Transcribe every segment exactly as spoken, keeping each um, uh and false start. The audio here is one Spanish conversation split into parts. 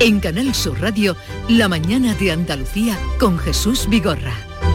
En Canal Sur Radio, La mañana de Andalucía con Jesús Vigorra.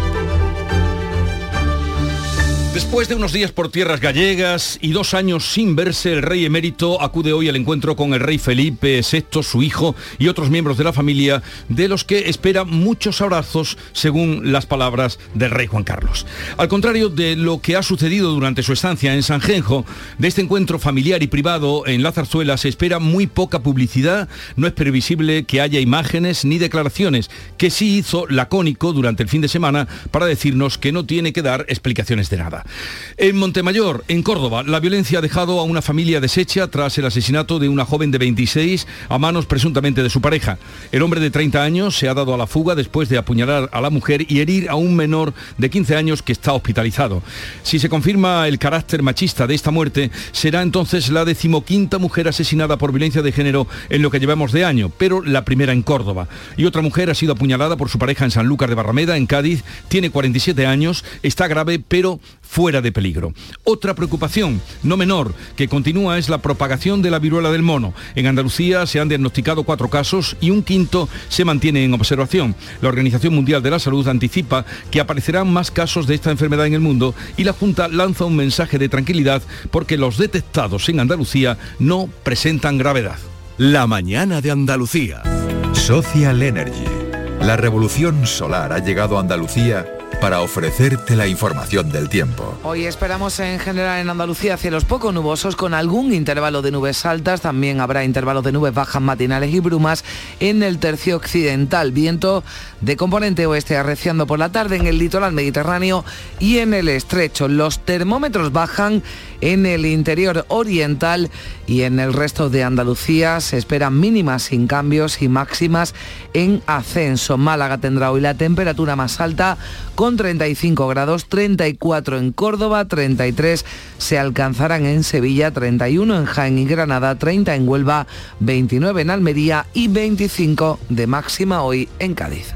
Después de unos días por tierras gallegas y dos años sin verse, el rey emérito acude hoy al encuentro con el rey Felipe sexto, su hijo, y otros miembros de la familia, de los que espera muchos abrazos, según las palabras del rey Juan Carlos. Al contrario de lo que ha sucedido durante su estancia en Sanjenjo, de este encuentro familiar y privado en La Zarzuela se espera muy poca publicidad. No es previsible que haya imágenes ni declaraciones, que sí hizo lacónico durante el fin de semana para decirnos que no tiene que dar explicaciones de nada. En Montemayor, en Córdoba, la violencia ha dejado a una familia deshecha tras el asesinato de una joven de veintiséis a manos presuntamente de su pareja. El hombre de treinta años se ha dado a la fuga después de apuñalar a la mujer y herir a un menor de quince años que está hospitalizado. Si se confirma el carácter machista de esta muerte, será entonces la decimoquinta mujer asesinada por violencia de género en lo que llevamos de año, pero la primera en Córdoba. Y otra mujer ha sido apuñalada por su pareja en Sanlúcar de Barrameda, en Cádiz. Tiene cuarenta y siete años, está grave, pero fuera de peligro. Otra preocupación, no menor, que continúa es la propagación de la viruela del mono. En Andalucía se han diagnosticado cuatro casos y un quinto se mantiene en observación. La Organización Mundial de la Salud anticipa que aparecerán más casos de esta enfermedad en el mundo y la Junta lanza un mensaje de tranquilidad porque los detectados en Andalucía no presentan gravedad. La mañana de Andalucía. Social Energy. La revolución solar ha llegado a Andalucía para ofrecerte la información del tiempo. Hoy esperamos en general en Andalucía cielos poco nubosos con algún intervalo de nubes altas. También habrá intervalos de nubes bajas matinales y brumas en el tercio occidental. Viento de componente oeste arreciando por la tarde en el litoral mediterráneo y en el estrecho. Los termómetros bajan en el interior oriental y en el resto de Andalucía se esperan mínimas sin cambios y máximas en ascenso. Málaga tendrá hoy la temperatura más alta con treinta y cinco grados, treinta y cuatro en Córdoba, treinta y tres se alcanzarán en Sevilla, treinta y uno en Jaén y Granada, treinta en Huelva, veintinueve en Almería y veinticinco de máxima hoy en Cádiz.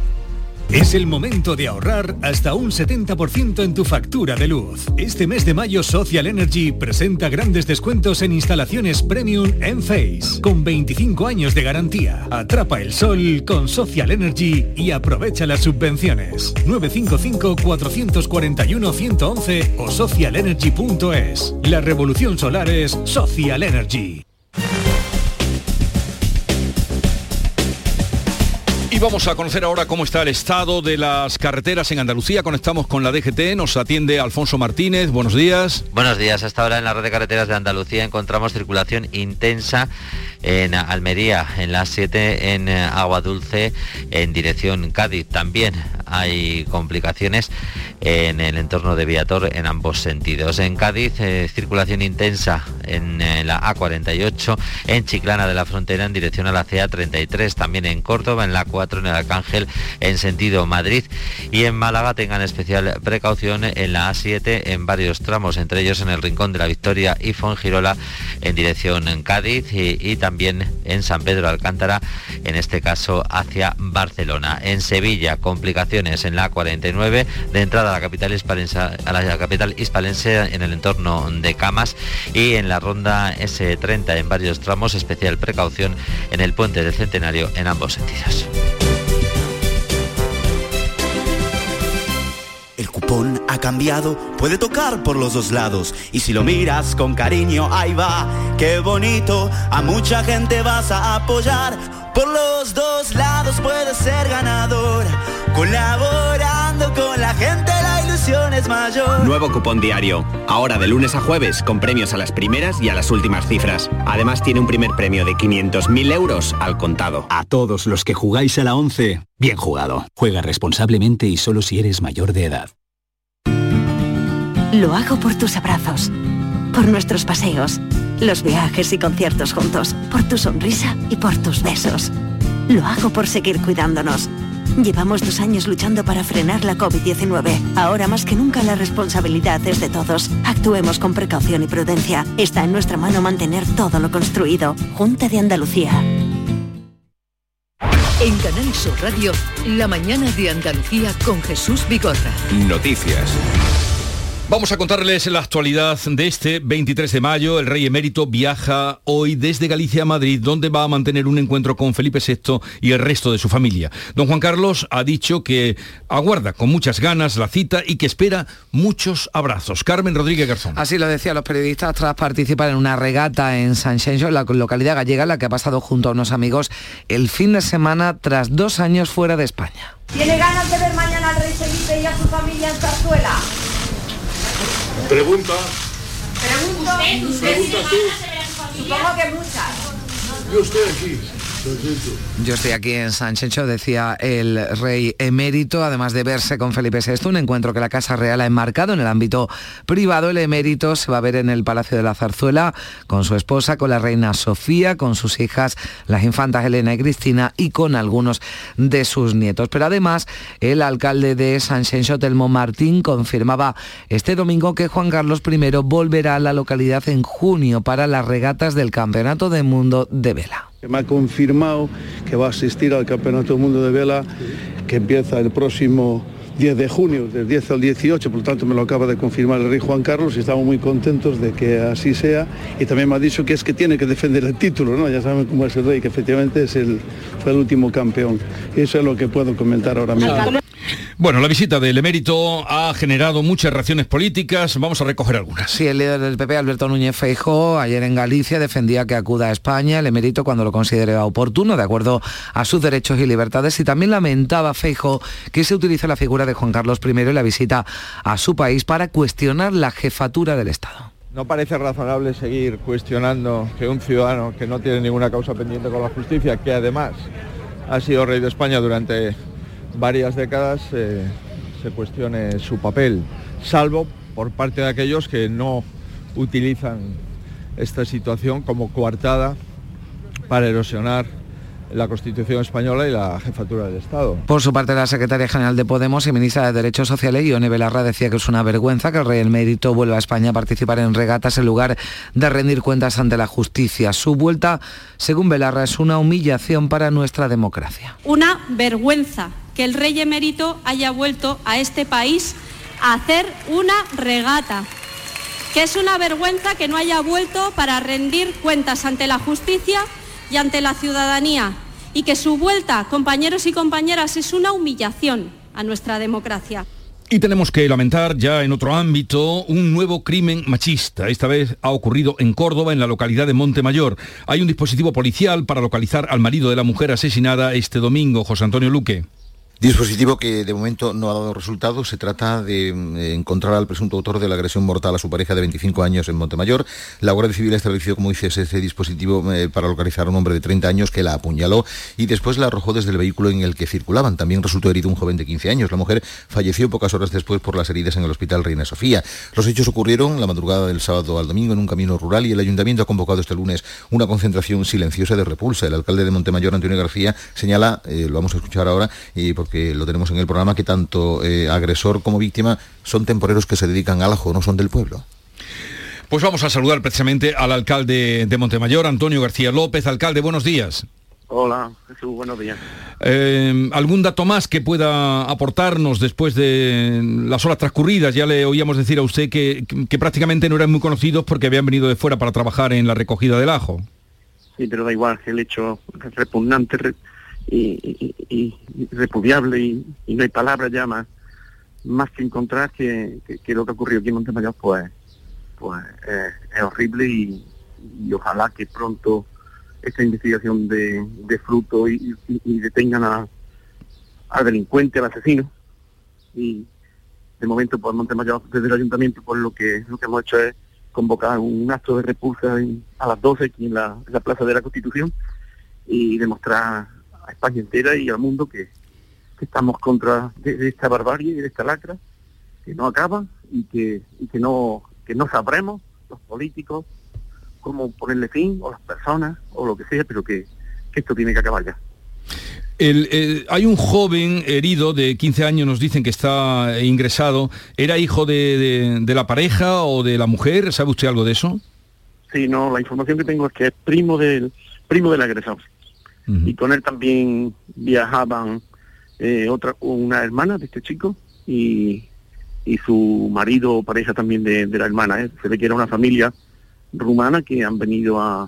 Es el momento de ahorrar hasta un setenta por ciento en tu factura de luz. Este mes de mayo Social Energy presenta grandes descuentos en instalaciones premium en Face, con veinticinco años de garantía. Atrapa el sol con Social Energy y aprovecha las subvenciones. nueve cinco cinco, cuatro cuatro uno, uno uno uno o social energy punto es. La revolución solar es Social Energy. Y vamos a conocer ahora cómo está el estado de las carreteras en Andalucía. Conectamos con la D G T, nos atiende Alfonso Martínez. Buenos días. Buenos días. Hasta ahora en la red de carreteras de Andalucía encontramos circulación intensa en Almería, en la siete, en Aguadulce, en dirección Cádiz. También hay complicaciones en el entorno de Viator en ambos sentidos. En Cádiz, eh, circulación intensa en eh, la A cuarenta y ocho, en Chiclana de la Frontera en dirección a la C A treinta y tres, también en Córdoba, en la cuatro, en el Arcángel en sentido Madrid, y en Málaga tengan especial precaución en la A siete en varios tramos, entre ellos en el Rincón de la Victoria y Fuengirola en dirección en Cádiz, y, y también en San Pedro de Alcántara, en este caso hacia Barcelona. En Sevilla, complicaciones en la A cuarenta y nueve de entrada a la capital hispalense, a la capital hispalense en el entorno de Camas, y en la ronda ese treinta en varios tramos, especial precaución en el puente del Centenario en ambos sentidos. El cupón ha cambiado, puede tocar por los dos lados, y si lo miras con cariño, ahí va, qué bonito, a mucha gente vas a apoyar. Por los dos lados puedes ser ganador, colaborando con la gente la ilusión es mayor. Nuevo cupón diario, ahora de lunes a jueves, con premios a las primeras y a las últimas cifras. Además tiene un primer premio de quinientos mil euros al contado. A todos los que jugáis a la once, bien jugado. Juega responsablemente y solo si eres mayor de edad. Lo hago por tus abrazos, por nuestros paseos, los viajes y conciertos juntos, por tu sonrisa y por tus besos. Lo hago por seguir cuidándonos. Llevamos dos años luchando para frenar la covid diecinueve. Ahora más que nunca la responsabilidad es de todos. Actuemos con precaución y prudencia. Está en nuestra mano mantener todo lo construido. Junta de Andalucía. En Canal Sur Radio, La mañana de Andalucía con Jesús Vigorra. Noticias. Vamos a contarles la actualidad de este veintitrés de mayo. El rey emérito viaja hoy desde Galicia a Madrid, donde va a mantener un encuentro con Felipe sexto y el resto de su familia. Don Juan Carlos ha dicho que aguarda con muchas ganas la cita y que espera muchos abrazos. Carmen Rodríguez Garzón. Así lo decían los periodistas tras participar en una regata en Sanxenxo, la localidad gallega, en la que ha pasado junto a unos amigos el fin de semana tras dos años fuera de España. ¿Tiene ganas de ver mañana al rey Felipe y a su familia en Zarzuela? Pregunta. Pregunto. ¿Usted, usted Pregunta tú. Supongo que muchas. Yo estoy aquí. Yo estoy aquí en Sanxenxo, decía el rey emérito, además de verse con Felipe sexto, un encuentro que la Casa Real ha enmarcado en el ámbito privado. El emérito se va a ver en el Palacio de la Zarzuela con su esposa, con la reina Sofía, con sus hijas, las infantas Elena y Cristina, y con algunos de sus nietos. Pero además, el alcalde de Sanxenxo, Telmo Martín, confirmaba este domingo que Juan Carlos primero volverá a la localidad en junio para las regatas del Campeonato del Mundo de Vela. Me ha confirmado que va a asistir al Campeonato del Mundo de Vela, que empieza el próximo diez de junio, del diez al dieciocho, por lo tanto me lo acaba de confirmar el rey Juan Carlos y estamos muy contentos de que así sea. Y también me ha dicho que es que tiene que defender el título, ¿no? Ya saben cómo es el rey, que efectivamente es el, fue el último campeón. Y eso es lo que puedo comentar ahora mismo. Bueno, la visita del emérito ha generado muchas reacciones políticas. Vamos a recoger algunas. Sí, el líder del P P, Alberto Núñez Feijóo, ayer en Galicia defendía que acuda a España el emérito cuando lo considere oportuno, de acuerdo a sus derechos y libertades, y también lamentaba Feijóo que se utilice la figura de Juan Carlos primero y la visita a su país para cuestionar la jefatura del Estado. No parece razonable seguir cuestionando que un ciudadano que no tiene ninguna causa pendiente con la justicia, que además ha sido rey de España durante varias décadas, eh, se cuestione su papel, salvo por parte de aquellos que no utilizan esta situación como coartada para erosionar la Constitución española y la jefatura del Estado. Por su parte, la secretaria general de Podemos y ministra de Derechos Sociales, Ione Belarra, decía que es una vergüenza que el rey emérito vuelva a España a participar en regatas en lugar de rendir cuentas ante la justicia. Su vuelta, según Belarra, es una humillación para nuestra democracia. Una vergüenza que el rey emérito haya vuelto a este país a hacer una regata, que es una vergüenza que no haya vuelto para rendir cuentas ante la justicia y ante la ciudadanía, y que su vuelta, compañeros y compañeras, es una humillación a nuestra democracia. Y tenemos que lamentar ya en otro ámbito un nuevo crimen machista. Esta vez ha ocurrido en Córdoba, en la localidad de Montemayor. Hay un dispositivo policial para localizar al marido de la mujer asesinada este domingo, José Antonio Luque. Dispositivo que de momento no ha dado resultados. Se trata de eh, encontrar al presunto autor de la agresión mortal a su pareja de veinticinco años en Montemayor. La Guardia Civil ha establecido, como dices, ese dispositivo eh, para localizar a un hombre de treinta años que la apuñaló y después la arrojó desde el vehículo en el que circulaban. También resultó herido un joven de quince años. La mujer falleció pocas horas después por las heridas en el Hospital Reina Sofía. Los hechos ocurrieron la madrugada del sábado al domingo en un camino rural y el Ayuntamiento ha convocado este lunes una concentración silenciosa de repulsa. El alcalde de Montemayor, Antonio García, señala, eh, lo vamos a escuchar ahora y eh, porque lo tenemos en el programa, que tanto eh, agresor como víctima son temporeros que se dedican al ajo, no son del pueblo. Pues vamos a saludar precisamente al alcalde de Montemayor, Antonio García López. Alcalde, buenos días. Hola, Jesús, buenos días. Eh, ¿Algún dato más que pueda aportarnos después de las horas transcurridas? Ya le oíamos decir a usted que, que, que prácticamente no eran muy conocidos porque habían venido de fuera para trabajar en la recogida del ajo. Sí, pero da igual, el hecho repugnante re, y, y, y, y repudiable y, y no hay palabras ya más, más que encontrar que, que, que lo que ha ocurrido aquí en Montemayor pues, pues eh, es horrible y, y ojalá que pronto esta investigación de, de fruto y, y, y detengan a, al delincuente, al asesino. Y de momento pues Montemayor, desde el ayuntamiento, pues lo que lo que hemos hecho es convocar un acto de repulsa en, a las doce aquí en la, en la Plaza de la Constitución y demostrar a España entera y al mundo que, que estamos contra de, de esta barbarie y de esta lacra que no acaba y que, y que no que no sabremos los políticos cómo ponerle fin, o las personas, o lo que sea, pero que, que esto tiene que acabar ya. El, el, hay un joven herido de quince años, nos dicen que está ingresado. ¿Era hijo de, de, de la pareja o de la mujer? ¿Sabe usted algo de eso? Sí, no, la información que tengo es que es primo del primo del agresor. Uh-huh. Y con él también viajaban eh, otra una hermana de este chico y, y su marido o pareja también de, de la hermana. ¿eh? Se ve que era una familia rumana que han venido a,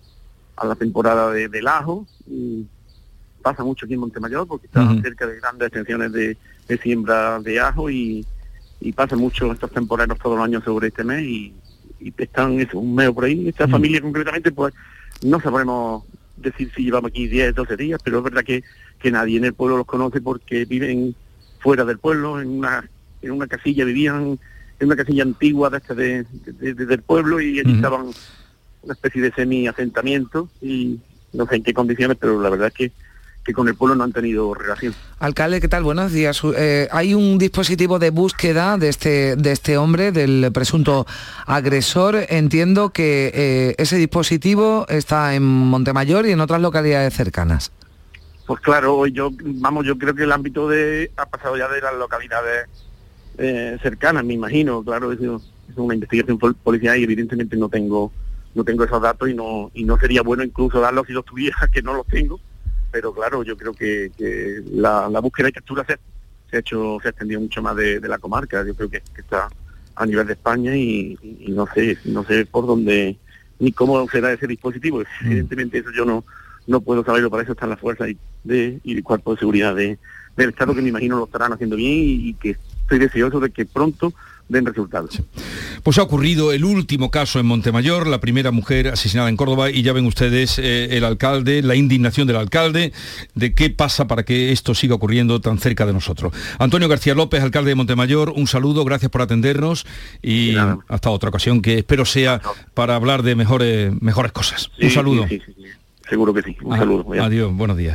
a la temporada de, del ajo. Y pasa mucho aquí en Montemayor porque está uh-huh. cerca de grandes extensiones de, de siembra de ajo y, y pasa mucho estos temporeros todos los años sobre este mes y, y están eso, un mes por ahí. Esta uh-huh. familia concretamente, pues no sabremos decir si llevamos aquí diez, doce días, pero es verdad que, que nadie en el pueblo los conoce porque viven fuera del pueblo, en una en una casilla, vivían en una casilla antigua de este de, de, de, del pueblo y allí uh-huh. estaban una especie de semi-asentamiento y no sé en qué condiciones, pero la verdad es que que con el pueblo no han tenido relación. Alcalde, ¿qué tal? Buenos días. Eh, hay un dispositivo de búsqueda de este de este hombre, del presunto agresor. Entiendo que eh, ese dispositivo está en Montemayor y en otras localidades cercanas. Pues claro, yo vamos, yo creo que el ámbito de ha pasado ya de las localidades eh, cercanas, me imagino. Claro, es, es una investigación policial y evidentemente no tengo no tengo esos datos y no y no sería bueno incluso darlos si los tuviera, que no los tengo. Pero claro, yo creo que, que la, la búsqueda y captura se, se ha hecho, se ha extendido mucho más de, de la comarca. Yo creo que, que está a nivel de España y, y, y no sé, no sé por dónde ni cómo será ese dispositivo. Mm. Evidentemente eso yo no no puedo saberlo, para eso están las fuerzas y, de, y el cuerpo de seguridad de, del Estado, que me imagino lo estarán haciendo bien y, y que estoy deseoso de que pronto den resultados. Sí. Pues ha ocurrido el último caso en Montemayor, la primera mujer asesinada en Córdoba, y ya ven ustedes eh, el alcalde, la indignación del alcalde, de qué pasa para que esto siga ocurriendo tan cerca de nosotros. Antonio García López, alcalde de Montemayor, un saludo, gracias por atendernos y hasta otra ocasión, que espero sea para hablar de mejores, mejores cosas. Sí, un saludo. Sí, sí, sí, sí. Seguro que sí. Un ah, saludo. Ya. Adiós, buenos días.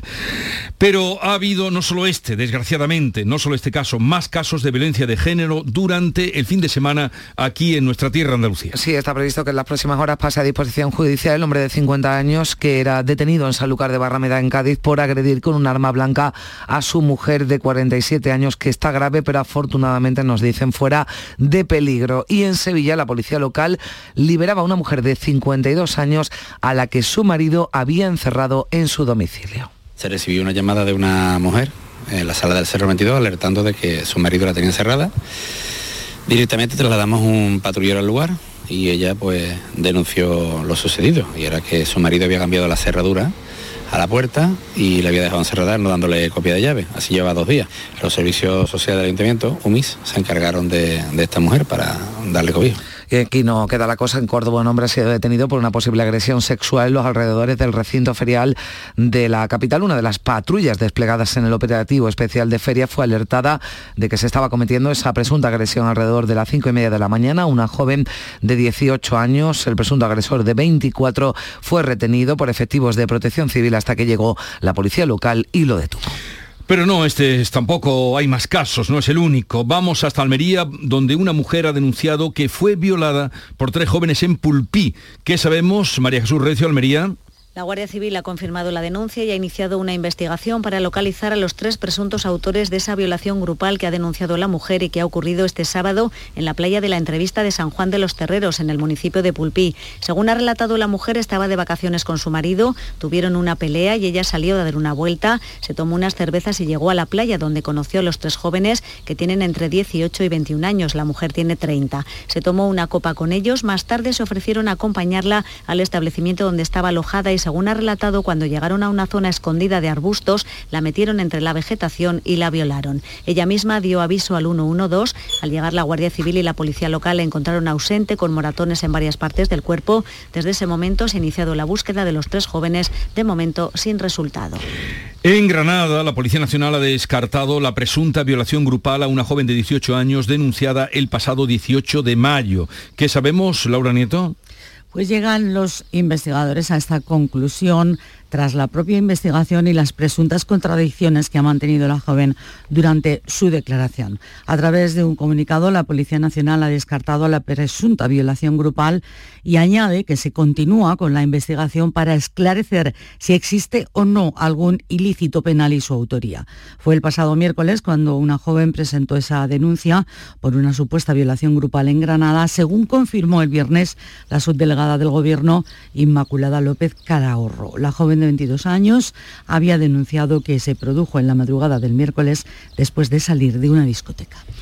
Pero ha habido no solo este, desgraciadamente, no solo este caso, más casos de violencia de género durante el fin de semana aquí en nuestra tierra, Andalucía. Sí, está previsto que en las próximas horas pase a disposición judicial el hombre de cincuenta años que era detenido en Sanlúcar de Barrameda, en Cádiz, por agredir con un arma blanca a su mujer de cuarenta y siete años, que está grave, pero afortunadamente nos dicen fuera de peligro. Y en Sevilla la policía local liberaba a una mujer de cincuenta y dos años a la que su marido había encerrado en su domicilio. Se recibió una llamada de una mujer en la sala del Cerro veintidós alertando de que su marido la tenía encerrada. Directamente trasladamos un patrullero al lugar y ella pues denunció lo sucedido, y era que su marido había cambiado la cerradura a la puerta y le había dejado encerrada no dándole copia de llave. Así lleva dos días. Los servicios sociales del Ayuntamiento, U M I S, se encargaron de, de esta mujer para darle cobijo. Y aquí no queda la cosa. En Córdoba un hombre ha sido detenido por una posible agresión sexual en los alrededores del recinto ferial de la capital. Una de las patrullas desplegadas en el operativo especial de feria fue alertada de que se estaba cometiendo esa presunta agresión alrededor de las cinco y media de la mañana. Una joven de dieciocho años, el presunto agresor de veinticuatro, fue retenido por efectivos de Protección Civil hasta que llegó la policía local y lo detuvo. Pero no, este es, tampoco hay más casos, no es el único. Vamos hasta Almería, donde una mujer ha denunciado que fue violada por tres jóvenes en Pulpí. ¿Qué sabemos, María Jesús Recio, Almería? La Guardia Civil ha confirmado la denuncia y ha iniciado una investigación para localizar a los tres presuntos autores de esa violación grupal que ha denunciado la mujer y que ha ocurrido este sábado en la playa de la Entrevista de San Juan de los Terreros, en el municipio de Pulpí. Según ha relatado la mujer, estaba de vacaciones con su marido, tuvieron una pelea y ella salió a dar una vuelta, se tomó unas cervezas y llegó a la playa, donde conoció a los tres jóvenes que tienen entre dieciocho y veintiún años. La mujer tiene treinta. Se tomó una copa con ellos, más tarde se ofrecieron a acompañarla al establecimiento donde estaba alojada y, según ha relatado, cuando llegaron a una zona escondida de arbustos, la metieron entre la vegetación y la violaron. Ella misma dio aviso al uno uno dos. Al llegar la Guardia Civil y la policía local la encontraron ausente, con moratones en varias partes del cuerpo. Desde ese momento se ha iniciado la búsqueda de los tres jóvenes, de momento sin resultado. En Granada, la Policía Nacional ha descartado la presunta violación grupal a una joven de dieciocho años denunciada el pasado dieciocho de mayo. ¿Qué sabemos, Laura Nieto? Pues llegan los investigadores a esta conclusión tras la propia investigación y las presuntas contradicciones que ha mantenido la joven durante su declaración. A través de un comunicado, la Policía Nacional ha descartado la presunta violación grupal y añade que se continúa con la investigación para esclarecer si existe o no algún ilícito penal y su autoría. Fue el pasado miércoles cuando una joven presentó esa denuncia por una supuesta violación grupal en Granada, según confirmó el viernes la subdelegada del Gobierno, Inmaculada López Calahorro. La joven de veintidós años había denunciado que se produjo en la madrugada del miércoles después de salir de una discoteca.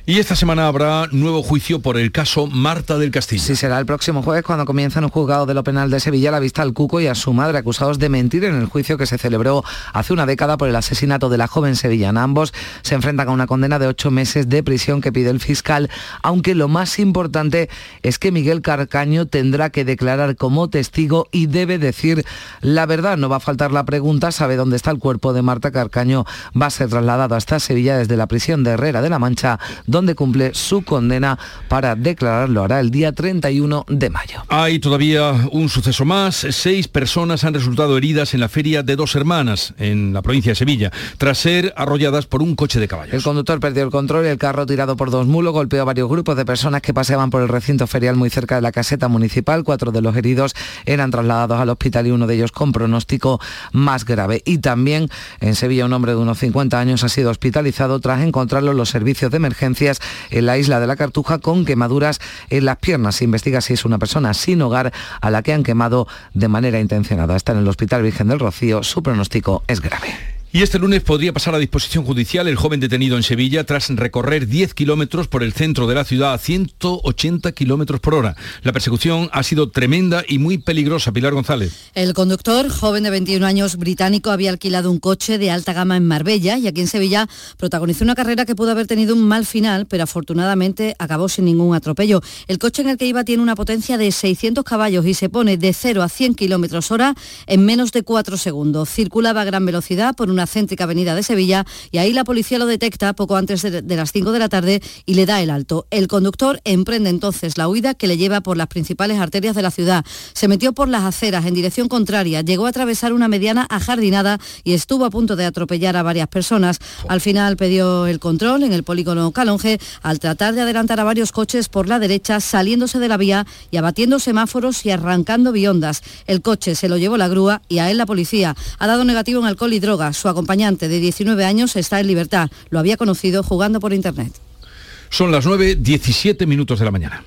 Y esta semana habrá nuevo juicio por el caso Marta del Castillo. Sí, será el próximo jueves cuando comienza en un juzgado de lo penal de Sevilla la vista al Cuco y a su madre, acusados de mentir en el juicio que se celebró hace una década por el asesinato de la joven sevillana. Ambos se enfrentan a una condena de ocho meses de prisión que pide el fiscal, aunque lo más importante es que Miguel Carcaño tendrá que declarar como testigo y debe decir la verdad. No va a faltar la pregunta, ¿sabe dónde está el cuerpo de Marta? Carcaño va a ser trasladado hasta Sevilla desde la prisión de Herrera de la Mancha, donde cumple su condena. Para declararlo hará el día treinta y uno de mayo. Hay todavía un suceso más. Seis personas han resultado heridas en la feria de Dos Hermanas, en la provincia de Sevilla, tras ser arrolladas por un coche de caballos. El conductor perdió el control y el carro, tirado por dos mulos, golpeó a varios grupos de personas que paseaban por el recinto ferial muy cerca de la caseta municipal. Cuatro de los heridos eran trasladados al hospital y uno de ellos con pronóstico más grave. Y también en Sevilla un hombre de unos cincuenta años ha sido hospitalizado tras encontrarlo en los servicios de emergencias en la isla de la Cartuja con quemaduras en las piernas. Se investiga si es una persona sin hogar a la que han quemado de manera intencionada. Está en el Hospital Virgen del Rocío. Su pronóstico es grave. Y este lunes podría pasar a disposición judicial el joven detenido en Sevilla tras recorrer diez kilómetros por el centro de la ciudad a ciento ochenta kilómetros por hora. La persecución ha sido tremenda y muy peligrosa. Pilar González. El conductor, joven de veintiún años británico, había alquilado un coche de alta gama en Marbella y aquí en Sevilla protagonizó una carrera que pudo haber tenido un mal final, pero afortunadamente acabó sin ningún atropello. El coche en el que iba tiene una potencia de seiscientos caballos y se pone de cero a cien kilómetros hora en menos de cuatro segundos. Circulaba a gran velocidad por una céntrica avenida de Sevilla y ahí la policía lo detecta poco antes de, de las cinco de la tarde y le da el alto. El conductor emprende entonces la huida que le lleva por las principales arterias de la ciudad. Se metió por las aceras en dirección contraria, llegó a atravesar una mediana ajardinada y estuvo a punto de atropellar a varias personas. Al final perdió el control en el polígono Calonge al tratar de adelantar a varios coches por la derecha, saliéndose de la vía y abatiendo semáforos y arrancando biondas. El coche se lo llevó la grúa y a él la policía. Ha dado negativo en alcohol y drogas. Su acompañante de diecinueve años está en libertad. Lo había conocido jugando por internet. Son las nueve, diecisiete minutos de la mañana.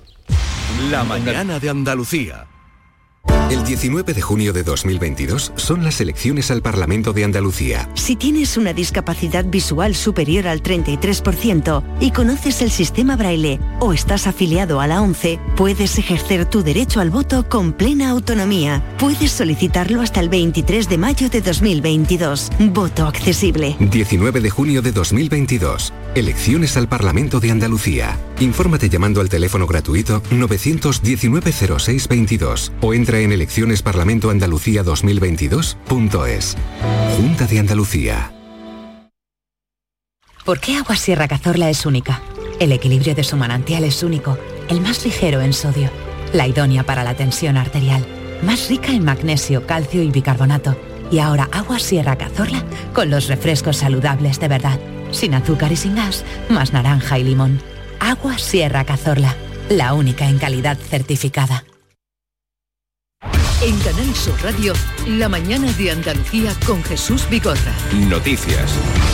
La mañana de Andalucía. El diecinueve de junio de dos mil veintidós son las elecciones al Parlamento de Andalucía. Si tienes una discapacidad visual superior al treinta y tres por ciento y conoces el sistema Braille o estás afiliado a la ONCE, puedes ejercer tu derecho al voto con plena autonomía. Puedes solicitarlo hasta el veintitrés de mayo de dos mil veintidós. Voto accesible. diecinueve de junio de dos mil veintidós. Elecciones al Parlamento de Andalucía. Infórmate llamando al teléfono gratuito nueve uno nueve cero seis veintidós o entra en elecciones parlamento andalucía dos mil veintidós punto es. Junta de Andalucía. ¿Por qué Agua Sierra Cazorla es única? El equilibrio de su manantial es único, el más ligero en sodio, la idónea para la tensión arterial, más rica en magnesio, calcio y bicarbonato. Y ahora Agua Sierra Cazorla con los refrescos saludables de verdad, sin azúcar y sin gas, más naranja y limón. Agua Sierra Cazorla, la única en calidad certificada. En Canal Sur Radio, la mañana de Andalucía con Jesús Bigorra. Noticias.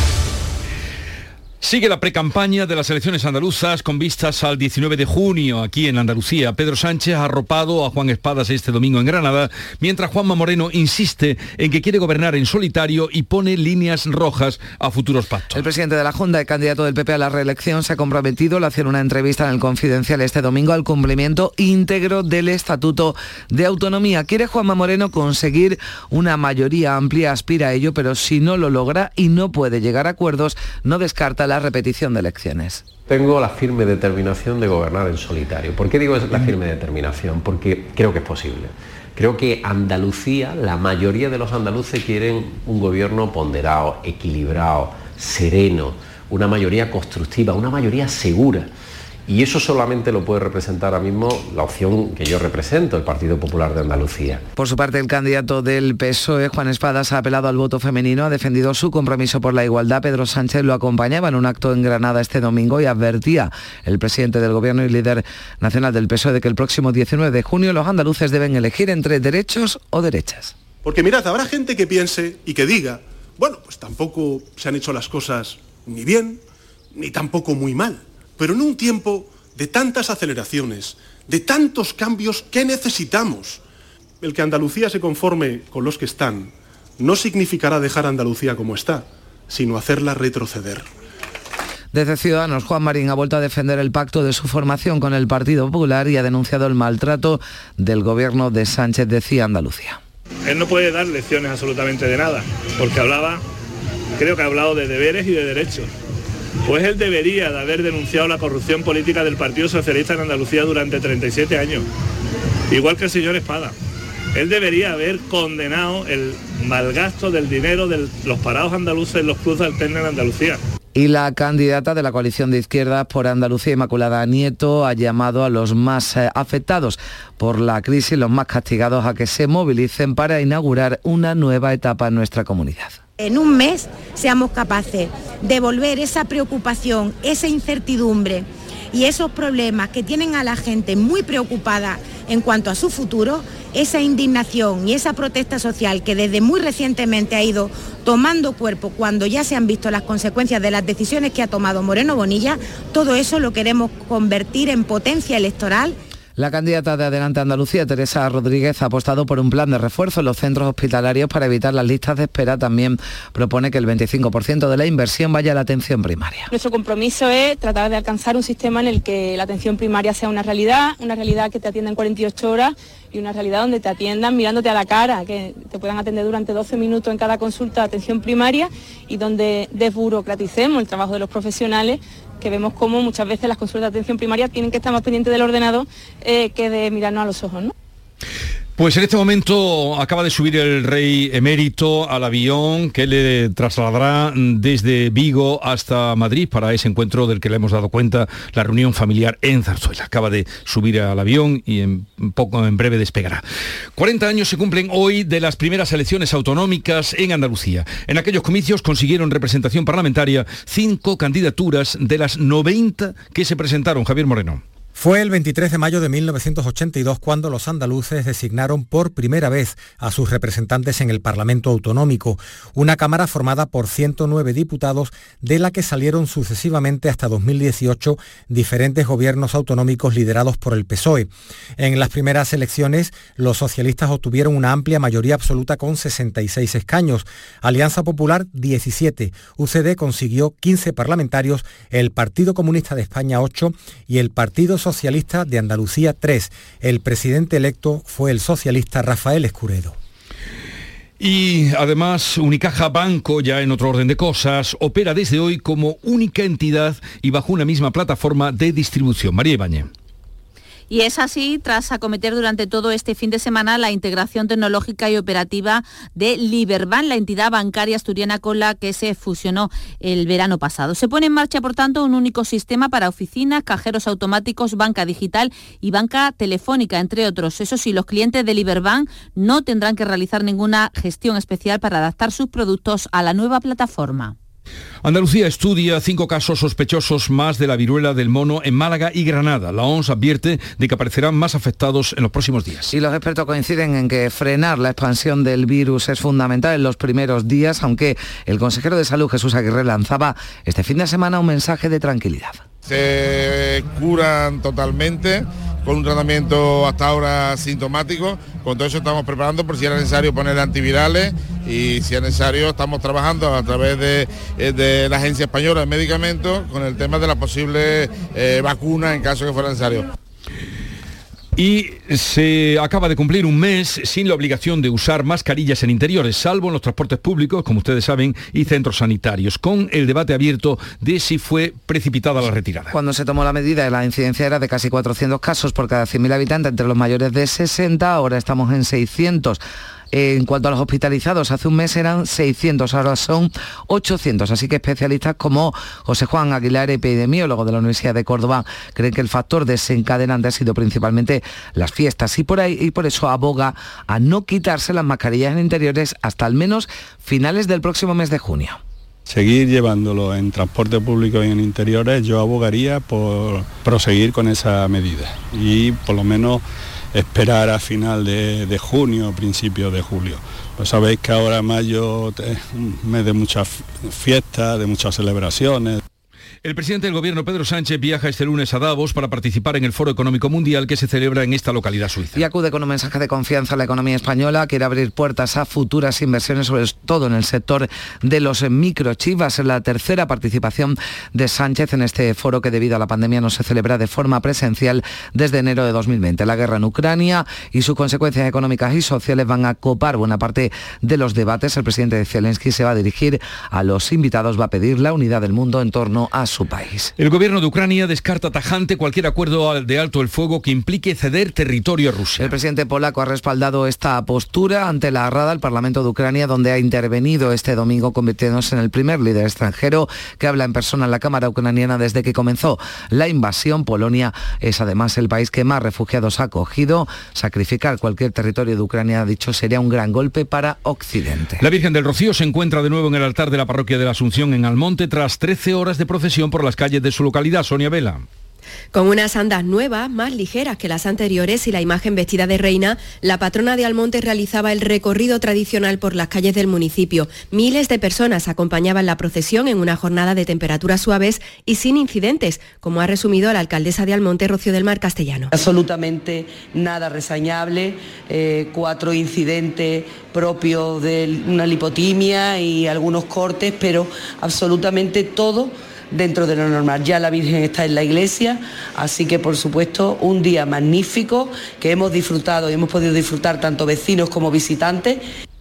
Sigue la precampaña de las elecciones andaluzas con vistas al diecinueve de junio aquí en Andalucía. Pedro Sánchez ha arropado a Juan Espadas este domingo en Granada, mientras Juanma Moreno insiste en que quiere gobernar en solitario y pone líneas rojas a futuros pactos. El presidente de la Junta y candidato del P P a la reelección se ha comprometido al hacer una entrevista en el Confidencial este domingo al cumplimiento íntegro del Estatuto de Autonomía. Quiere Juanma Moreno conseguir una mayoría amplia, aspira a ello, pero si no lo logra y no puede llegar a acuerdos, no descarta la repetición de elecciones. Tengo la firme determinación de gobernar en solitario. ¿Por qué digo la firme determinación? Porque creo que es posible. Creo que Andalucía, la mayoría de los andaluces quieren un gobierno ponderado, equilibrado, sereno, una mayoría constructiva, una mayoría segura. Y eso solamente lo puede representar ahora mismo la opción que yo represento, el Partido Popular de Andalucía. Por su parte, el candidato del P S O E, Juan Espadas, ha apelado al voto femenino, ha defendido su compromiso por la igualdad. Pedro Sánchez lo acompañaba en un acto en Granada este domingo y advertía el presidente del Gobierno y líder nacional del P S O E de que el próximo diecinueve de junio los andaluces deben elegir entre derechos o derechas. Porque mirad, habrá gente que piense y que diga, bueno, pues tampoco se han hecho las cosas ni bien, ni tampoco muy mal. Pero en un tiempo de tantas aceleraciones, de tantos cambios, ¿qué necesitamos? El que Andalucía se conforme con los que están no significará dejar a Andalucía como está, sino hacerla retroceder. Desde Ciudadanos, Juan Marín ha vuelto a defender el pacto de su formación con el Partido Popular y ha denunciado el maltrato del gobierno de Sánchez, decía Andalucía. Él no puede dar lecciones absolutamente de nada, porque hablaba, creo que ha hablado de deberes y de derechos. Pues él debería de haber denunciado la corrupción política del Partido Socialista en Andalucía durante treinta y siete años, igual que el señor Espada. Él debería haber condenado el malgasto del dinero de los parados andaluces en los cruces alternos en Andalucía. Y la candidata de la coalición de izquierdas por Andalucía, Inmaculada Nieto, ha llamado a los más eh, afectados por la crisis, los más castigados, a que se movilicen para inaugurar una nueva etapa en nuestra comunidad. En un mes seamos capaces de volver esa preocupación, esa incertidumbre y esos problemas que tienen a la gente muy preocupada en cuanto a su futuro, esa indignación y esa protesta social que desde muy recientemente ha ido tomando cuerpo cuando ya se han visto las consecuencias de las decisiones que ha tomado Moreno Bonilla, todo eso lo queremos convertir en potencia electoral. La candidata de Adelante Andalucía, Teresa Rodríguez, ha apostado por un plan de refuerzo en los centros hospitalarios para evitar las listas de espera. También propone que el veinticinco por ciento de la inversión vaya a la atención primaria. Nuestro compromiso es tratar de alcanzar un sistema en el que la atención primaria sea una realidad, una realidad que te atienda en cuarenta y ocho horas y una realidad donde te atiendan mirándote a la cara, que te puedan atender durante doce minutos en cada consulta de atención primaria y donde desburocraticemos el trabajo de los profesionales, que vemos cómo muchas veces las consultas de atención primaria tienen que estar más pendientes del ordenador eh, que de mirarnos a los ojos, ¿no? Pues en este momento acaba de subir el rey emérito al avión que le trasladará desde Vigo hasta Madrid para ese encuentro del que le hemos dado cuenta, la reunión familiar en Zarzuela. Acaba de subir al avión y en poco, en breve despegará. cuarenta años se cumplen hoy de las primeras elecciones autonómicas en Andalucía. En aquellos comicios consiguieron representación parlamentaria cinco candidaturas de las noventa que se presentaron. Javier Moreno. Fue el veintitrés de mayo de mil novecientos ochenta y dos cuando los andaluces designaron por primera vez a sus representantes en el Parlamento Autonómico, una Cámara formada por ciento nueve diputados, de la que salieron sucesivamente hasta dos mil dieciocho diferentes gobiernos autonómicos liderados por el P S O E. En las primeras elecciones, los socialistas obtuvieron una amplia mayoría absoluta con sesenta y seis escaños, Alianza Popular diecisiete, U C D consiguió quince parlamentarios, el Partido Comunista de España ocho y el Partido Socialista de Andalucía tres. El presidente electo fue el socialista Rafael Escuredo. Y además Unicaja Banco, ya en otro orden de cosas, opera desde hoy como única entidad y bajo una misma plataforma de distribución. María Ibáñez. Y es así tras acometer durante todo este fin de semana la integración tecnológica y operativa de Liberbank, la entidad bancaria asturiana con la que se fusionó el verano pasado. Se pone en marcha, por tanto, un único sistema para oficinas, cajeros automáticos, banca digital y banca telefónica, entre otros. Eso sí, los clientes de Liberbank no tendrán que realizar ninguna gestión especial para adaptar sus productos a la nueva plataforma. Andalucía estudia cinco casos sospechosos más de la viruela del mono en Málaga y Granada. La O M S advierte de que aparecerán más afectados en los próximos días. Y los expertos coinciden en que frenar la expansión del virus es fundamental en los primeros días, aunque el consejero de Salud, Jesús Aguirre, lanzaba este fin de semana un mensaje de tranquilidad. Se curan totalmente con un tratamiento hasta ahora sintomático. Con todo eso estamos preparando por si era necesario poner antivirales y si es necesario estamos trabajando a través de, de la Agencia Española de Medicamentos con el tema de la posible eh, vacuna en caso que fuera necesario. Y se acaba de cumplir un mes sin la obligación de usar mascarillas en interiores, salvo en los transportes públicos, como ustedes saben, y centros sanitarios, con el debate abierto de si fue precipitada la retirada. Cuando se tomó la medida, la incidencia era de casi cuatrocientos casos por cada cien mil habitantes entre los mayores de sesenta, ahora estamos en seiscientos. En cuanto a los hospitalizados, hace un mes eran seiscientos, ahora son ochocientos. Así que especialistas como José Juan Aguilar, epidemiólogo de la Universidad de Córdoba, creen que el factor desencadenante ha sido principalmente las fiestas y por ahí y por eso aboga a no quitarse las mascarillas en interiores hasta al menos finales del próximo mes de junio. Seguir llevándolo en transporte público y en interiores, yo abogaría por proseguir con esa medida y por lo menos esperar a final de, de junio, principio de julio. Pues sabéis que ahora mayo es un mes de muchas fiestas, de muchas celebraciones. El presidente del Gobierno, Pedro Sánchez, viaja este lunes a Davos para participar en el Foro Económico Mundial que se celebra en esta localidad suiza. Y acude con un mensaje de confianza a la economía española, quiere abrir puertas a futuras inversiones, sobre todo en el sector de los microchips. Va a ser la tercera participación de Sánchez en este foro que debido a la pandemia no se celebra de forma presencial desde enero de dos mil veinte. La guerra en Ucrania y sus consecuencias económicas y sociales van a copar buena parte de los debates. El presidente Zelensky se va a dirigir a los invitados, va a pedir la unidad del mundo en torno a su país. El gobierno de Ucrania descarta tajante cualquier acuerdo de alto el fuego que implique ceder territorio a Rusia. El presidente polaco ha respaldado esta postura ante la Rada del Parlamento de Ucrania, donde ha intervenido este domingo, convirtiéndose en el primer líder extranjero que habla en persona en la Cámara ucraniana desde que comenzó la invasión. Polonia es además el país que más refugiados ha acogido. Sacrificar cualquier territorio de Ucrania, ha dicho, sería un gran golpe para Occidente. La Virgen del Rocío se encuentra de nuevo en el altar de la parroquia de la Asunción en Almonte tras trece horas de procesión por las calles de su localidad. Sonia Vela. Con unas andas nuevas, más ligeras que las anteriores y la imagen vestida de reina, la patrona de Almonte realizaba el recorrido tradicional por las calles del municipio. Miles de personas acompañaban la procesión en una jornada de temperaturas suaves y sin incidentes, como ha resumido la alcaldesa de Almonte, Rocío del Mar Castellano. Absolutamente nada reseñable, eh, cuatro incidentes propios de una lipotimia y algunos cortes, pero absolutamente todo dentro de lo normal. Ya la Virgen está en la iglesia, así que por supuesto un día magnífico que hemos disfrutado y hemos podido disfrutar tanto vecinos como visitantes.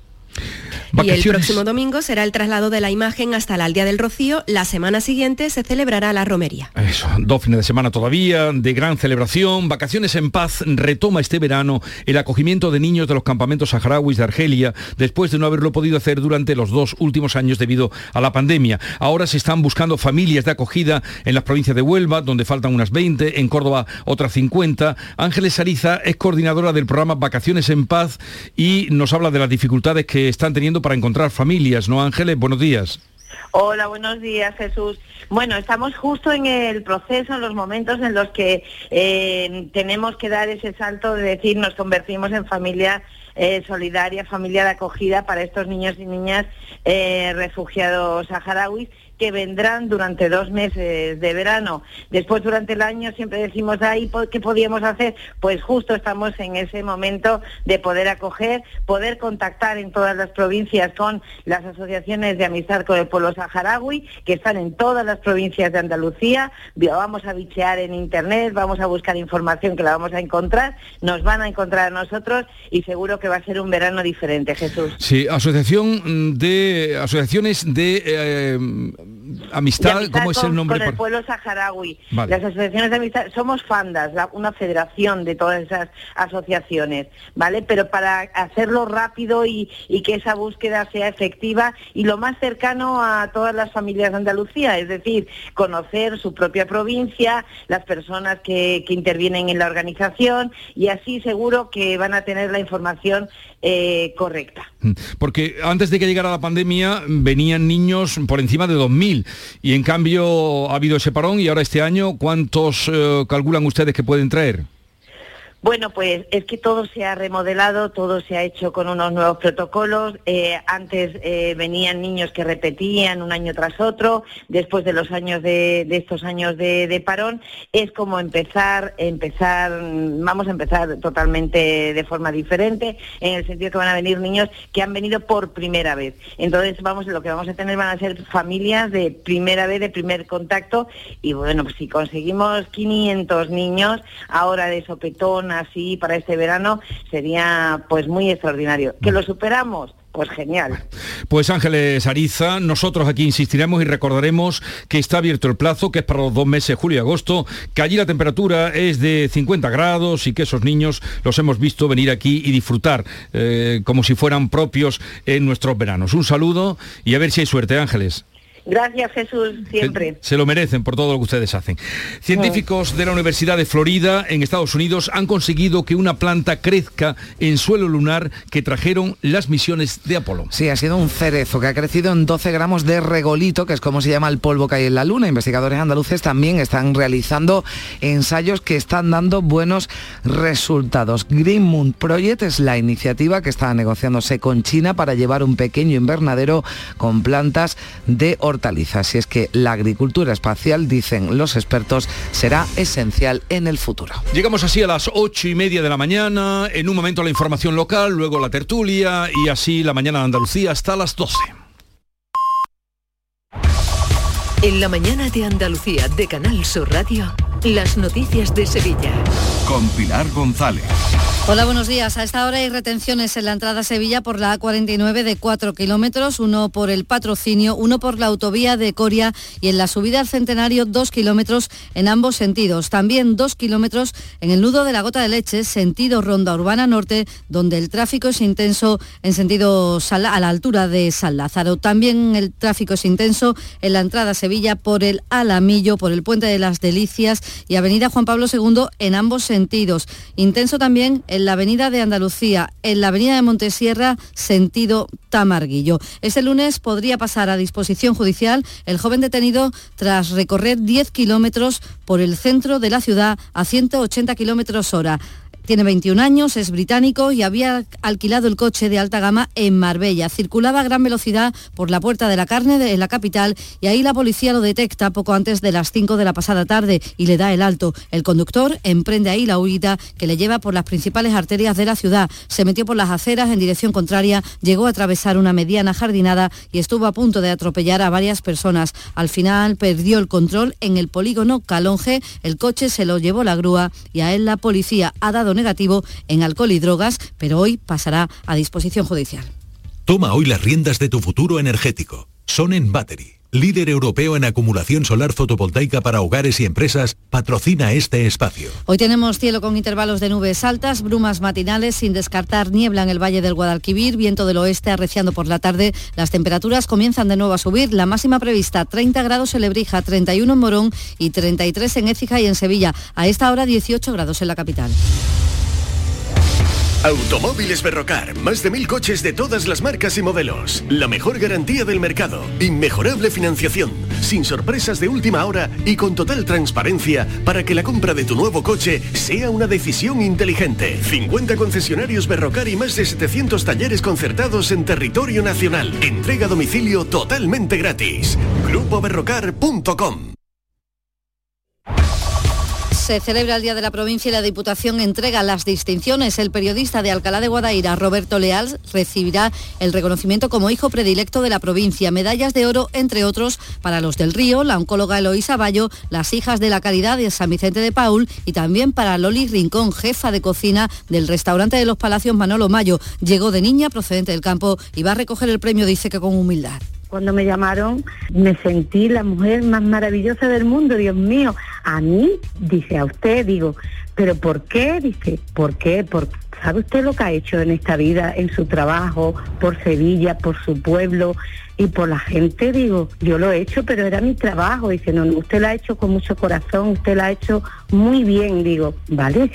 Vacaciones. Y el próximo domingo será el traslado de la imagen hasta la Aldea del Rocío. La semana siguiente se celebrará la romería. Eso, dos fines de semana todavía, de gran celebración. Vacaciones en Paz retoma este verano el acogimiento de niños de los campamentos saharauis de Argelia, después de no haberlo podido hacer durante los dos últimos años debido a la pandemia. Ahora se están buscando familias de acogida en las provincias de Huelva, donde faltan unas veinte, en Córdoba otras cincuenta. Ángeles Ariza es coordinadora del programa Vacaciones en Paz y nos habla de las dificultades que están teniendo para encontrar familias, ¿no, Ángeles? Buenos días. Hola, buenos días, Jesús. Bueno, estamos justo en el proceso, en los momentos en los que eh, tenemos que dar ese salto de decir nos convertimos en familia eh, solidaria, familia de acogida para estos niños y niñas eh, refugiados saharauis, que vendrán durante dos meses de verano. Después, durante el año, siempre decimos, ahí, ¿qué podíamos hacer? Pues justo estamos en ese momento de poder acoger, poder contactar en todas las provincias con las asociaciones de amistad con el pueblo saharaui, que están en todas las provincias de Andalucía. Vamos a bichear en internet, vamos a buscar información que la vamos a encontrar, nos van a encontrar a nosotros y seguro que va a ser un verano diferente, Jesús. Sí, asociación de asociaciones de eh, amistad, amistad, ¿cómo es el nombre? Con el pueblo saharaui. Vale. Las asociaciones de amistad, somos FANDAS, la, una federación de todas esas asociaciones, ¿vale? Pero para hacerlo rápido y, y que esa búsqueda sea efectiva y lo más cercano a todas las familias de Andalucía, es decir, conocer su propia provincia, las personas que, que intervienen en la organización, y así seguro que van a tener la información eh, correcta. Porque antes de que llegara la pandemia venían niños por encima de dos mil y en cambio ha habido ese parón y ahora este año, ¿cuántos eh, calculan ustedes que pueden traer? Bueno, pues es que todo se ha remodelado, todo se ha hecho con unos nuevos protocolos. Eh, antes eh, venían niños que repetían un año tras otro, después de los años de, de estos años de, de parón. Es como empezar, empezar, vamos a empezar totalmente de forma diferente, en el sentido que van a venir niños que han venido por primera vez. Entonces, vamos, lo que vamos a tener van a ser familias de primera vez, de primer contacto, y bueno, pues si conseguimos quinientos niños ahora de sopetón, así para este verano, sería pues muy extraordinario. ¿Que lo superamos? Pues genial. Pues Ángeles Ariza, nosotros aquí insistiremos y recordaremos que está abierto el plazo, que es para los dos meses, julio y agosto, que allí la temperatura es de cincuenta grados y que esos niños los hemos visto venir aquí y disfrutar eh, como si fueran propios en nuestros veranos. Un saludo y a ver si hay suerte, Ángeles. Gracias, Jesús, siempre. Se, se lo merecen por todo lo que ustedes hacen. Científicos de la Universidad de Florida, en Estados Unidos, han conseguido que una planta crezca en suelo lunar que trajeron las misiones de Apolo. Sí, ha sido un cerezo que ha crecido en doce gramos de regolito, que es como se llama el polvo que hay en la Luna. Investigadores andaluces también están realizando ensayos que están dando buenos resultados. Green Moon Project es la iniciativa que está negociándose con China para llevar un pequeño invernadero con plantas de hortalizas hortalizas. Y es que la agricultura espacial, dicen los expertos, será esencial en el futuro. Llegamos así a las ocho y media de la mañana, en un momento la información local, luego la tertulia y así la mañana de Andalucía hasta las doce. En la mañana de Andalucía de Canal Sur Radio, las noticias de Sevilla. Con Pilar González. Hola, buenos días. A esta hora hay retenciones en la entrada a Sevilla por la A cuarenta y nueve de cuatro kilómetros, uno por el Patrocinio, uno por la autovía de Coria y en la subida al Centenario dos kilómetros en ambos sentidos. También dos kilómetros en el nudo de la Gota de Leche, sentido Ronda Urbana Norte, donde el tráfico es intenso en sentido Sal- a la altura de San Lázaro. También el tráfico es intenso en la entrada a Sevilla por el Alamillo, por el Puente de las Delicias y Avenida Juan Pablo segundo en ambos sentidos. Intenso también en la Avenida de Andalucía, en la Avenida de Montesierra, sentido Tamarguillo. Este lunes podría pasar a disposición judicial el joven detenido tras recorrer diez kilómetros por el centro de la ciudad a ciento ochenta kilómetros hora. Tiene veintiún años, es británico y había alquilado el coche de alta gama en Marbella. Circulaba a gran velocidad por la Puerta de la Carne de la capital y ahí la policía lo detecta poco antes de las cinco de la pasada tarde y le da el alto. El conductor emprende ahí la huida que le lleva por las principales arterias de la ciudad. Se metió por las aceras en dirección contraria, llegó a atravesar una mediana jardinada y estuvo a punto de atropellar a varias personas. Al final perdió el control en el polígono Calonge, el coche se lo llevó la grúa y a él la policía ha dado negativo en alcohol y drogas, pero hoy pasará a disposición judicial. Toma hoy las riendas de tu futuro energético. Sonnen Battery, líder europeo en acumulación solar fotovoltaica para hogares y empresas, patrocina este espacio. Hoy tenemos cielo con intervalos de nubes altas, brumas matinales, sin descartar niebla en el Valle del Guadalquivir, viento del oeste arreciando por la tarde. Las temperaturas comienzan de nuevo a subir. La máxima prevista, treinta grados en Lebrija, treinta y uno en Morón y treinta y tres en Écija y en Sevilla. A esta hora dieciocho grados en la capital. Automóviles Berrocar, más de mil coches de todas las marcas y modelos. La mejor garantía del mercado, inmejorable financiación, sin sorpresas de última hora y con total transparencia para que la compra de tu nuevo coche sea una decisión inteligente. cincuenta concesionarios Berrocar y más de setecientos talleres concertados en territorio nacional. Entrega a domicilio totalmente gratis. grupo berrocar punto com. Se celebra el Día de la Provincia y la Diputación entrega las distinciones. El periodista de Alcalá de Guadaira, Roberto Leal, recibirá el reconocimiento como hijo predilecto de la provincia. Medallas de oro, entre otros, para los del Río, la oncóloga Eloísa Bayo, las hijas de la Caridad de San Vicente de Paúl y también para Loli Rincón, jefa de cocina del restaurante de los Palacios Manolo Mayo. Llegó de niña, procedente del campo, y va a recoger el premio, dice que con humildad. Cuando me llamaron me sentí la mujer más maravillosa del mundo, Dios mío. A mí, dice, a usted, digo, ¿pero por qué? Dice, ¿por qué? Por, ¿sabe usted lo que ha hecho en esta vida, en su trabajo, por Sevilla, por su pueblo y por la gente? Digo, yo lo he hecho, pero era mi trabajo. Dice, no, usted lo ha hecho con mucho corazón, usted lo ha hecho muy bien. Digo, vale.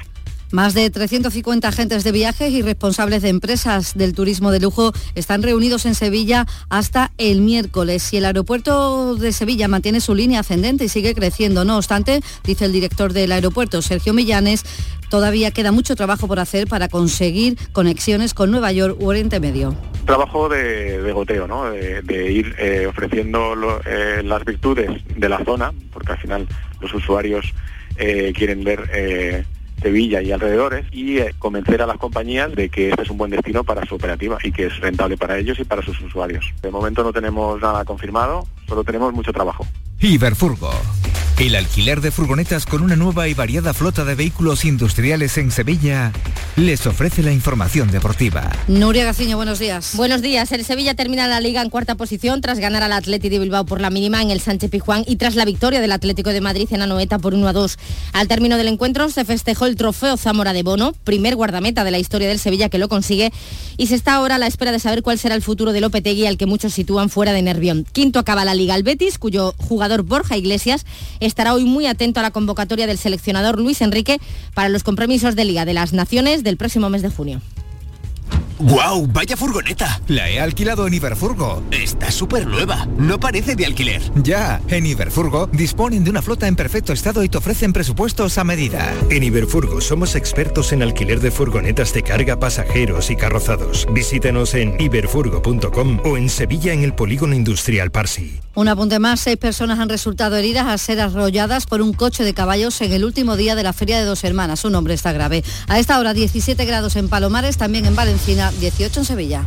Más de trescientos cincuenta agentes de viajes y responsables de empresas del turismo de lujo están reunidos en Sevilla hasta el miércoles. Y el aeropuerto de Sevilla mantiene su línea ascendente y sigue creciendo. No obstante, dice el director del aeropuerto, Sergio Millanes, todavía queda mucho trabajo por hacer para conseguir conexiones con Nueva York u Oriente Medio. Trabajo de, de goteo, ¿no? De, de ir eh, ofreciendo lo, eh, las virtudes de la zona, porque al final los usuarios eh, quieren ver Eh, Sevilla y alrededores y eh, convencer a las compañías de que este es un buen destino para su operativa y que es rentable para ellos y para sus usuarios. De momento no tenemos nada confirmado, solo tenemos mucho trabajo. Iberfurgo, el alquiler de furgonetas con una nueva y variada flota de vehículos industriales en Sevilla, les ofrece la información deportiva. Nuria Gaciño, buenos días. Buenos días. El Sevilla termina la Liga en cuarta posición tras ganar al Athletic de Bilbao por la mínima en el Sánchez Pizjuán y tras la victoria del Atlético de Madrid en Anoeta por uno a dos. Al término del encuentro se festejó el trofeo Zamora de Bono, primer guardameta de la historia del Sevilla que lo consigue, y se está ahora a la espera de saber cuál será el futuro de Lopetegui, al que muchos sitúan fuera de Nervión. Quinto acaba la Liga el Betis, cuyo jugador Borja Iglesias estará hoy muy atento a la convocatoria del seleccionador Luis Enrique para los compromisos de Liga de las Naciones del próximo mes de junio. ¡Guau! ¡Vaya furgoneta! La he alquilado en Iberfurgo. Está súper nueva. No parece de alquiler. Ya, en Iberfurgo disponen de una flota en perfecto estado y te ofrecen presupuestos a medida. En Iberfurgo somos expertos en alquiler de furgonetas de carga, pasajeros y carrozados. Visítanos en iberfurgo punto com o en Sevilla en el Polígono Industrial Parsi. Un apunte más, seis personas han resultado heridas al ser arrolladas por un coche de caballos en el último día de la Feria de Dos Hermanas. Un hombre está grave. A esta hora diecisiete grados en Palomares, también en Valencina, dieciocho en Sevilla.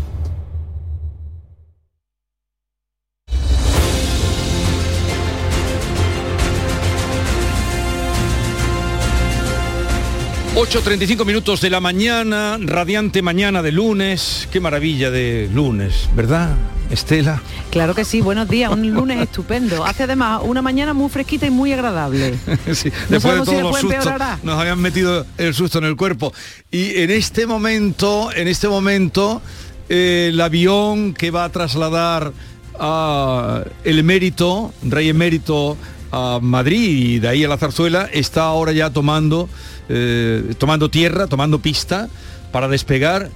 ocho treinta y cinco minutos de la mañana, radiante mañana de lunes. Qué maravilla de lunes, ¿verdad, Estela? Claro que sí, buenos días, un lunes estupendo. Hace además una mañana muy fresquita y muy agradable. Sí, no después de todos si los sustos nos habían metido el susto en el cuerpo. Y en este momento, en este momento, eh, el avión que va a trasladar a el emérito, rey emérito, a Madrid y de ahí a la Zarzuela, está ahora ya tomando eh, tomando tierra, tomando pista para despegar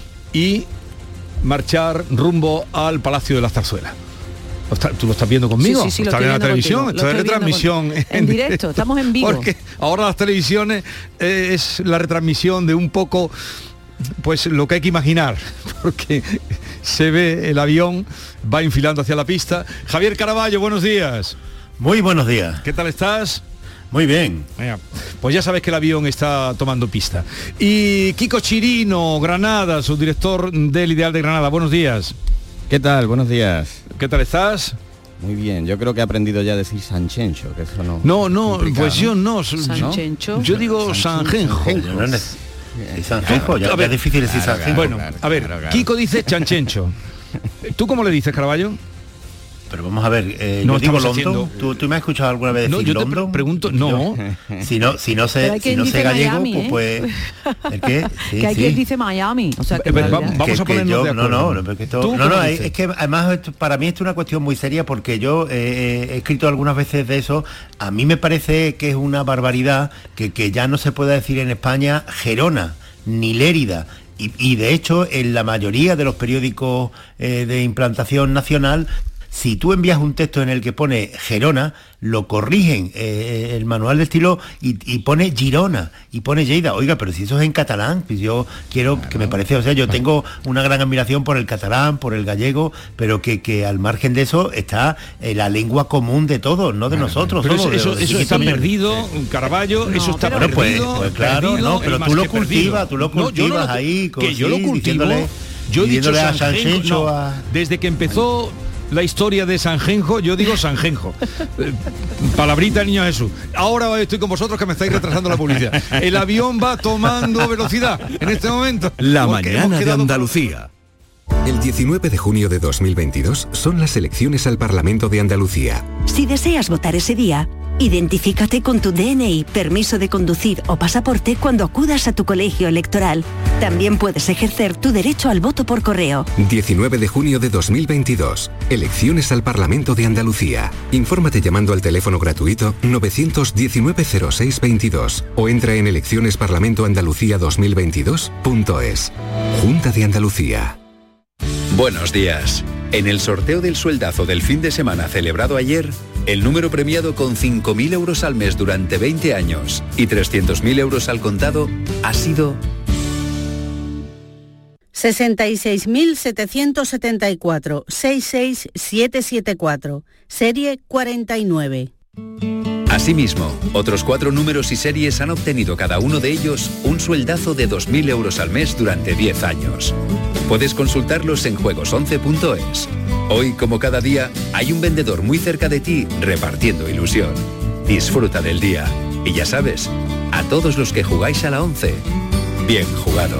y marchar rumbo al Palacio de la Zarzuela. ¿Tú lo estás viendo conmigo? Sí, sí, sí, ¿Estás viendo la televisión? Contigo. Esto es retransmisión. En, en directo, estamos en vivo. Porque ahora las televisiones eh, es la retransmisión de un poco, pues lo que hay que imaginar, porque se ve el avión, va enfilando hacia la pista. Javier Caraballo, buenos días. Muy buenos días. ¿Qué tal estás? Muy bien. Pues ya sabes que el avión está tomando pista. Y Kiko Chirino, Granada, subdirector del Ideal de Granada, buenos días. ¿Qué tal? Buenos días. ¿Qué tal estás? Muy bien, yo creo que he aprendido ya a decir Sanchencho, que eso no... No, no, pues yo no. Sanchencho. Yo digo Sanjenjo. Sanjenjo, ya, ya es difícil decir claro, Sanjenjo. Bueno, a ver, claro, claro. Kiko dice Chanchencho. ¿Tú cómo le dices, Caraballo? Pero vamos a ver, eh, no yo digo London. Haciendo... ¿Tú, ¿Tú me has escuchado alguna vez decir no, yo London? Te pregunto, no. Yo, si no, si no sé, si no sé gallego, Miami, pues, ¿eh? pues ¿el qué? Sí, que hay sí. quien dice Miami, o sea que Pero, vamos, vamos que, a ponernos yo, de acuerdo. No, no, porque esto, no, no, es, es que además esto, para mí esto es una cuestión muy seria porque yo eh, he escrito algunas veces de eso. A mí me parece que es una barbaridad que, que ya no se pueda decir en España Gerona ni Lérida. Y, y de hecho en la mayoría de los periódicos eh, de implantación nacional, si tú envías un texto en el que pone Gerona, lo corrigen eh, el manual de estilo y, y pone Girona y pone Lleida. Oiga, pero si eso es en catalán, pues yo quiero claro. que me parece, o sea, yo tengo una gran admiración por el catalán, por el gallego, pero que, que al margen de eso está eh, la lengua común de todos, no de claro, nosotros. Pero somos, eso, de, eso de está perdido, Caraballo, no, eso está bueno, perdido. Pues, pues claro, perdido, no, pero tú lo cultivas, tú lo cultivas no, no ahí, que sí, yo lo cultivo. Yo he dicho a Sanjenjo, no, a... desde que empezó la historia de Sanjenjo, yo digo Sanjenjo. eh, palabrita niño Jesús. Ahora estoy con vosotros que me estáis retrasando la publicidad. El avión va tomando velocidad en este momento. La mañana de Andalucía. El diecinueve de junio de dos mil veintidós son las elecciones al Parlamento de Andalucía. Si deseas votar ese día, identifícate con tu D N I, permiso de conducir o pasaporte cuando acudas a tu colegio electoral. También puedes ejercer tu derecho al voto por correo. diecinueve de junio de dos mil veintidós. Elecciones al Parlamento de Andalucía. Infórmate llamando al teléfono gratuito nueve uno nueve cero seis veintidós o entra en elecciones parlamento andalucía dos mil veintidós punto es. Junta de Andalucía. Buenos días. En el sorteo del sueldazo del fin de semana celebrado ayer, el número premiado con cinco mil euros al mes durante veinte años y trescientos mil euros al contado ha sido... sesenta y seis mil setecientos setenta y cuatro, sesenta y seis mil setecientos setenta y cuatro, serie cuarenta y nueve. Asimismo, otros cuatro números y series han obtenido cada uno de ellos un sueldazo de dos mil euros al mes durante diez años. Puedes consultarlos en juegos once punto es. Hoy, como cada día, hay un vendedor muy cerca de ti repartiendo ilusión. Disfruta del día. Y ya sabes, a todos los que jugáis a la once, bien jugado.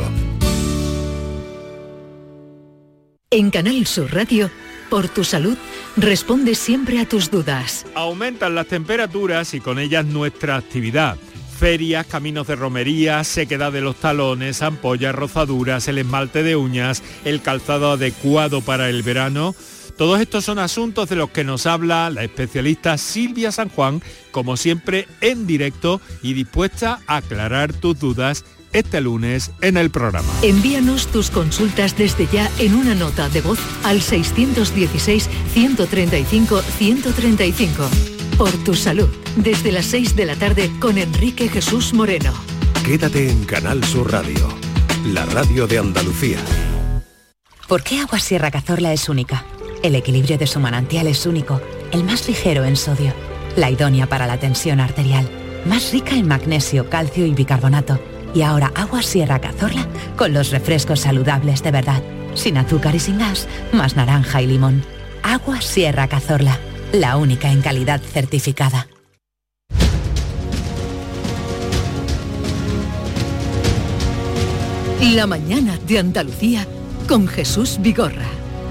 En Canal Sur Radio, por tu salud, responde siempre a tus dudas. Aumentan las temperaturas y con ellas nuestra actividad. Ferias, caminos de romería, sequedad de los talones, ampollas, rozaduras, el esmalte de uñas, el calzado adecuado para el verano. Todos estos son asuntos de los que nos habla la especialista Silvia San Juan, como siempre en directo y dispuesta a aclarar tus dudas este lunes en el programa. Envíanos tus consultas desde ya en una nota de voz al seiscientos dieciséis, ciento treinta y cinco, ciento treinta y cinco. Por tu salud, desde las seis de la tarde con Enrique Jesús Moreno. Quédate en Canal Sur Radio, la radio de Andalucía. ¿Por qué Agua Sierra Cazorla es única? El equilibrio de su manantial es único, el más ligero en sodio, la idónea para la tensión arterial, más rica en magnesio, calcio y bicarbonato. Y ahora Agua Sierra Cazorla con los refrescos saludables de verdad, sin azúcar y sin gas, más naranja y limón. Agua Sierra Cazorla, la única en calidad certificada. La mañana de Andalucía con Jesús Vigorra.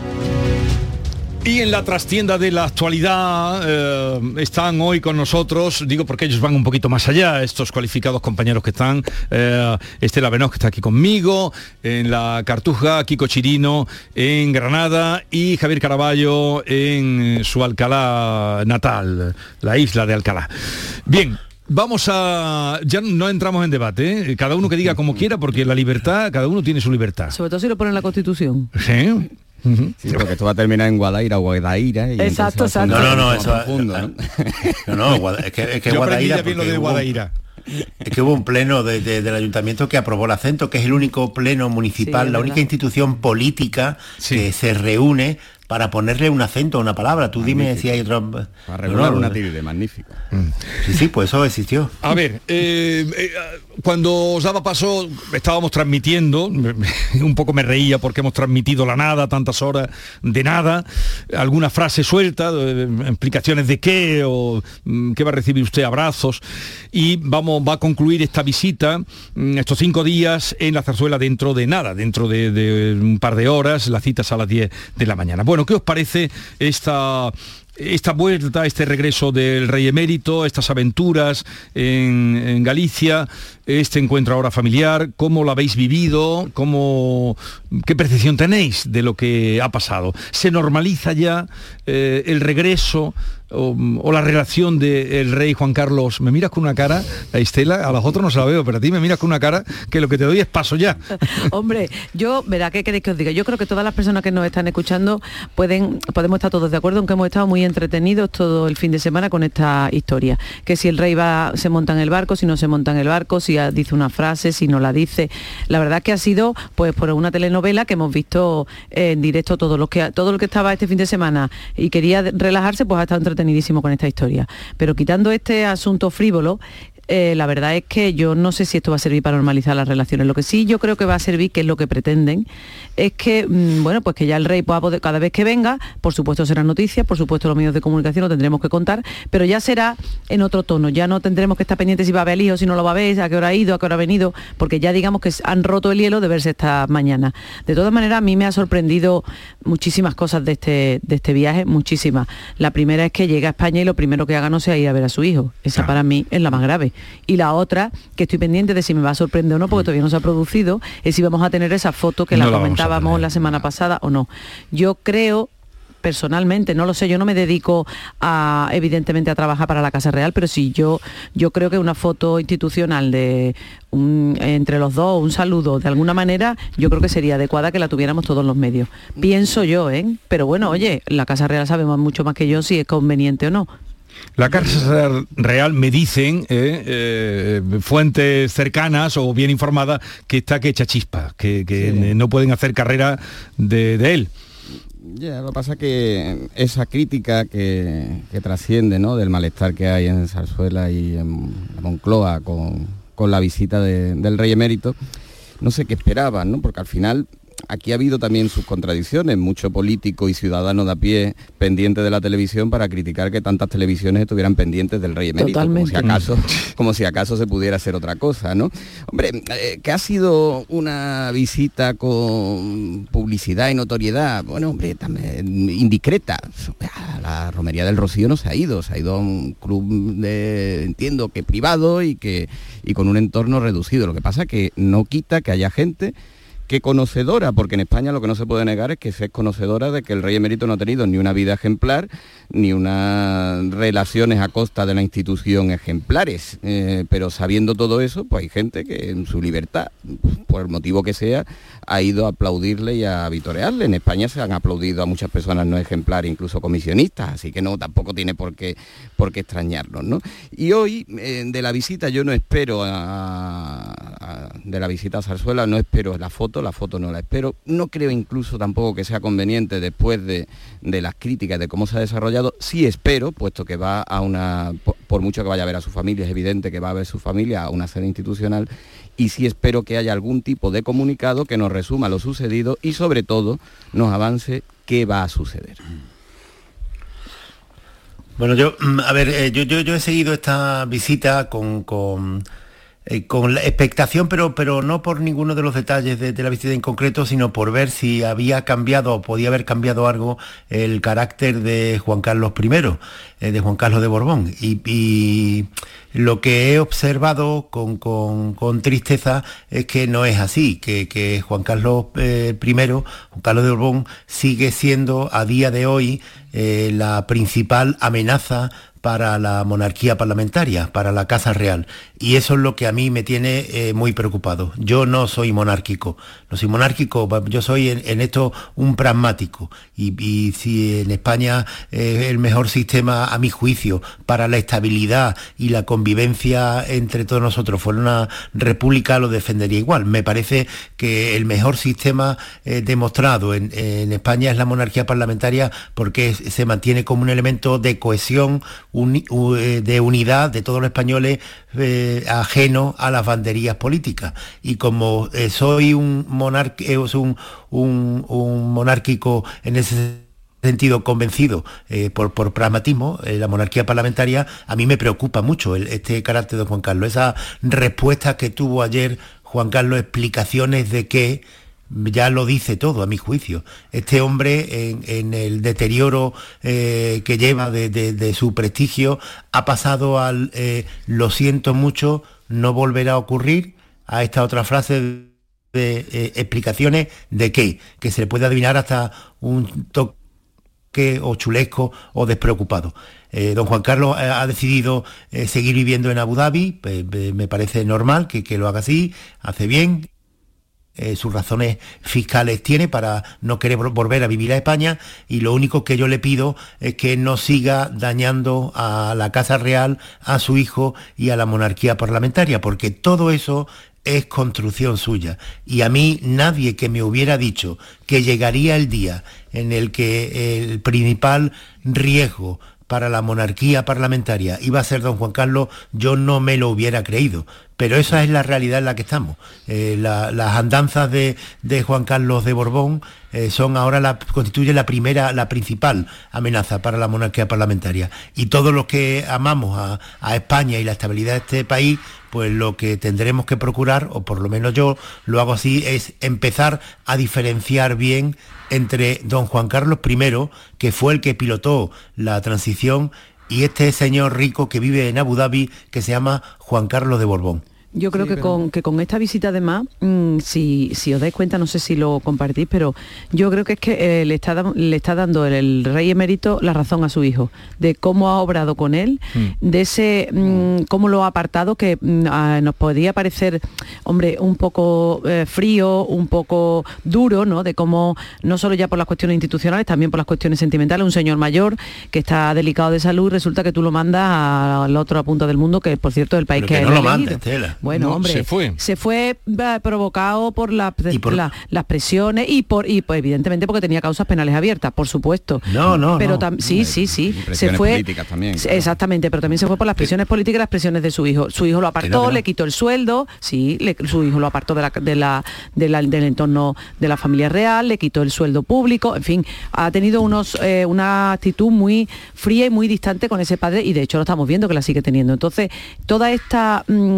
Y en la trastienda de la actualidad eh, están hoy con nosotros, digo porque ellos van un poquito más allá, estos cualificados compañeros que están, eh, Estela Benós, que está aquí conmigo, en la Cartuja, Kiko Chirino en Granada y Javier Caraballo en su Alcalá natal, la isla de Alcalá. Bien. Vamos a... Ya no entramos en debate, ¿eh? Cada uno que diga como quiera, porque la libertad, cada uno tiene su libertad. Sobre todo si lo pone en la Constitución. Sí. Uh-huh. Sí, porque esto va a terminar en Guadaira o Guadaira. Y exacto, exacto. No, no, no, eso profundo, ¿no? No, no, es que, es que Yo Guadaira... bien lo de Guadaira. Es que hubo un pleno de, de, del ayuntamiento que aprobó el acento, que es el único pleno municipal, sí, la única institución política sí. que se reúne para ponerle un acento a una palabra. Tú magnífico. Dime si hay otro... Para regular no, una tilde, magnífico. Sí, sí, pues eso existió. A ver, eh, eh, cuando os daba paso, estábamos transmitiendo, un poco me reía porque hemos transmitido la nada, tantas horas de nada, alguna frase suelta, explicaciones de qué, o qué va a recibir usted, abrazos, y vamos, va a concluir esta visita, estos cinco días en la Zarzuela dentro de nada, dentro de, de un par de horas, la cita es a las diez de la mañana. Bueno, ¿qué os parece esta, esta vuelta, este regreso del Rey Emérito, estas aventuras en, en Galicia, este encuentro ahora familiar? ¿Cómo lo habéis vivido? ¿Cómo, qué percepción tenéis de lo que ha pasado? ¿Se normaliza ya eh, el regreso o, o la relación del rey Juan Carlos? Me miras con una cara, Estela, a los otros no se la veo, pero a ti me miras con una cara que lo que te doy es paso ya. Hombre, yo, verá, ¿qué queréis que os diga? Yo creo que todas las personas que nos están escuchando pueden, podemos estar todos de acuerdo en que hemos estado muy entretenidos todo el fin de semana con esta historia. Que si el rey va, se monta en el barco, si no se monta en el barco, si dice una frase, si no la dice. La verdad que ha sido, pues, por una telenovela que hemos visto en directo todo lo que todo lo que estaba este fin de semana y quería relajarse, pues ha estado entretenidísimo con esta historia. Pero quitando este asunto frívolo, Eh, la verdad es que yo no sé si esto va a servir para normalizar las relaciones. Lo que sí yo creo que va a servir, que es lo que pretenden, es que, mmm, bueno, pues que ya el rey pueda poder, cada vez que venga, por supuesto serán noticias, por supuesto los medios de comunicación lo tendremos que contar, pero ya será en otro tono, ya no tendremos que estar pendientes si va a ver el hijo, si no lo va a ver, a qué hora ha ido, a qué hora ha venido, porque ya digamos que han roto el hielo de verse esta mañana. De todas maneras, a mí me ha sorprendido muchísimas cosas de este, de este viaje, muchísimas. La primera es que llega a España y lo primero que haga no sea ir a ver a su hijo. Esa para mí es la más grave. Y la otra, que estoy pendiente de si me va a sorprender o no, porque todavía no se ha producido, es si vamos a tener esa foto que no la comentábamos la semana pasada o no. Yo creo, personalmente, no lo sé, yo no me dedico a, evidentemente, a trabajar para la Casa Real, pero sí, yo, yo creo que una foto institucional de un, entre los dos, un saludo, de alguna manera, yo creo que sería adecuada que la tuviéramos todos los medios. Pienso yo, ¿eh? Pero bueno, oye, la Casa Real sabe mucho más que yo si es conveniente o no. La Casa Real me dicen eh, eh, fuentes cercanas o bien informadas que está que echa chispa, que, que sí. no pueden hacer carrera de, de él. Ya, lo que pasa es que esa crítica que, que trasciende, ¿no?, del malestar que hay en Zarzuela y en Moncloa con, con la visita de, del Rey Emérito, no sé qué esperaban, ¿no? Porque al final aquí ha habido también sus contradicciones, mucho político y ciudadano de a pie pendiente de la televisión para criticar que tantas televisiones estuvieran pendientes del Rey Emérito, como si acaso, como si acaso se pudiera hacer otra cosa, ¿no? Hombre, eh, que ha sido una visita con publicidad y notoriedad, bueno, hombre, también indiscreta. La Romería del Rocío no se ha ido, se ha ido a un club de, entiendo que privado y que y con un entorno reducido. Lo que pasa es que no quita que haya gente que conocedora, porque en España lo que no se puede negar es que se es conocedora de que el rey emérito no ha tenido ni una vida ejemplar, ni unas relaciones a costa de la institución ejemplares. Eh, pero sabiendo todo eso, pues hay gente que en su libertad, por el motivo que sea, ha ido a aplaudirle y a vitorearle. En España se han aplaudido a muchas personas no ejemplares, incluso comisionistas, así que no, tampoco tiene por qué, por qué extrañarnos, ¿no? Y hoy, eh, de la visita, yo no espero a, a, de la visita a Zarzuela, no espero la foto, la foto no la espero, no creo incluso tampoco que sea conveniente después de, de las críticas de cómo se ha desarrollado. Sí espero, puesto que va a una, por, por mucho que vaya a ver a su familia, es evidente que va a ver su familia a una sede institucional, y sí espero que haya algún tipo de comunicado que nos resuma lo sucedido y sobre todo nos avance qué va a suceder. Bueno, yo, a ver, eh, yo, yo, yo he seguido esta visita con, con, eh, con la expectación, pero, pero no por ninguno de los detalles de, de la visita en concreto, sino por ver si había cambiado o podía haber cambiado algo el carácter de Juan Carlos primero, eh, de Juan Carlos de Borbón. Y, y lo que he observado con, con, con tristeza es que no es así, que, que Juan Carlos eh, primero, Juan Carlos de Borbón, sigue siendo a día de hoy eh, la principal amenaza para la monarquía parlamentaria, para la Casa Real. Y eso es lo que a mí me tiene eh, muy preocupado. Yo no soy monárquico, no soy monárquico, yo soy en, en esto un pragmático. Y, y si en España eh, el mejor sistema, a mi juicio, para la estabilidad y la convivencia entre todos nosotros fuera una república, lo defendería igual. Me parece que el mejor sistema eh, demostrado en, en España es la monarquía parlamentaria, porque es, se mantiene como un elemento de cohesión, Un, de unidad de todos los españoles, eh, ajeno a las banderías políticas. Y como eh, soy un, monar eh, un, un, un monárquico en ese sentido convencido eh, por, por pragmatismo, eh, la monarquía parlamentaria, a mí me preocupa mucho el, este carácter de Juan Carlos. Esa respuesta que tuvo ayer Juan Carlos, explicaciones de que ya lo dice todo, a mi juicio. Este hombre, en, en el deterioro eh, que lleva de, de, de su prestigio, ha pasado al eh, lo siento mucho, no volverá a ocurrir, a esta otra frase de, de eh, explicaciones de qué, que se le puede adivinar hasta un toque o chulesco o despreocupado. Eh, don Juan Carlos ha decidido eh, seguir viviendo en Abu Dhabi, eh, me parece normal que, que lo haga así, hace bien. Eh, sus razones fiscales tiene para no querer volver a vivir a España, y lo único que yo le pido es que no siga dañando a la Casa Real, a su hijo y a la monarquía parlamentaria, porque todo eso es construcción suya. Y a mí nadie que me hubiera dicho que llegaría el día en el que el principal riesgo para la monarquía parlamentaria iba a ser don Juan Carlos, yo no me lo hubiera creído. Pero esa es la realidad en la que estamos. Eh, la, las andanzas de, de Juan Carlos de Borbón eh, son ahora la, constituyen la primera, la principal amenaza para la monarquía parlamentaria. Y todos los que amamos a, a España y la estabilidad de este país, pues lo que tendremos que procurar, o por lo menos yo lo hago así, es empezar a diferenciar bien entre don Juan Carlos primero, que fue el que pilotó la transición, y este señor rico que vive en Abu Dhabi, que se llama Juan Carlos de Borbón. Yo creo Sí, que, pero... con, que con esta visita además, mmm, si, si os dais cuenta, no sé si lo compartís, pero yo creo que es que eh, le, está, le está dando el, el rey emérito la razón a su hijo, de cómo ha obrado con él, mm. de ese, mmm, cómo lo ha apartado, que mmm, a, nos podía parecer, hombre, un poco eh, frío, un poco duro, ¿no? De cómo, no solo ya por las cuestiones institucionales, también por las cuestiones sentimentales, un señor mayor que está delicado de salud, resulta que tú lo mandas al otro punto del mundo, que por cierto es el país pero que, que no él lo ha mandes, Tela. Bueno, no, hombre, se fue. Se fue eh, provocado por, la, por... La, las presiones y por y pues evidentemente porque tenía causas penales abiertas, por supuesto. No, no, pero no. Tam, sí, sí, sí. Se fue políticas también. Claro. Exactamente, pero también se fue por las presiones políticas y las presiones de su hijo. Su hijo lo apartó, pero, pero... le quitó el sueldo, sí, le, su hijo lo apartó de la, de la, de la, del entorno de la familia real, le quitó el sueldo público, en fin, ha tenido unos eh, una actitud muy fría y muy distante con ese padre, y de hecho lo estamos viendo que la sigue teniendo. Entonces, toda esta, mmm, esta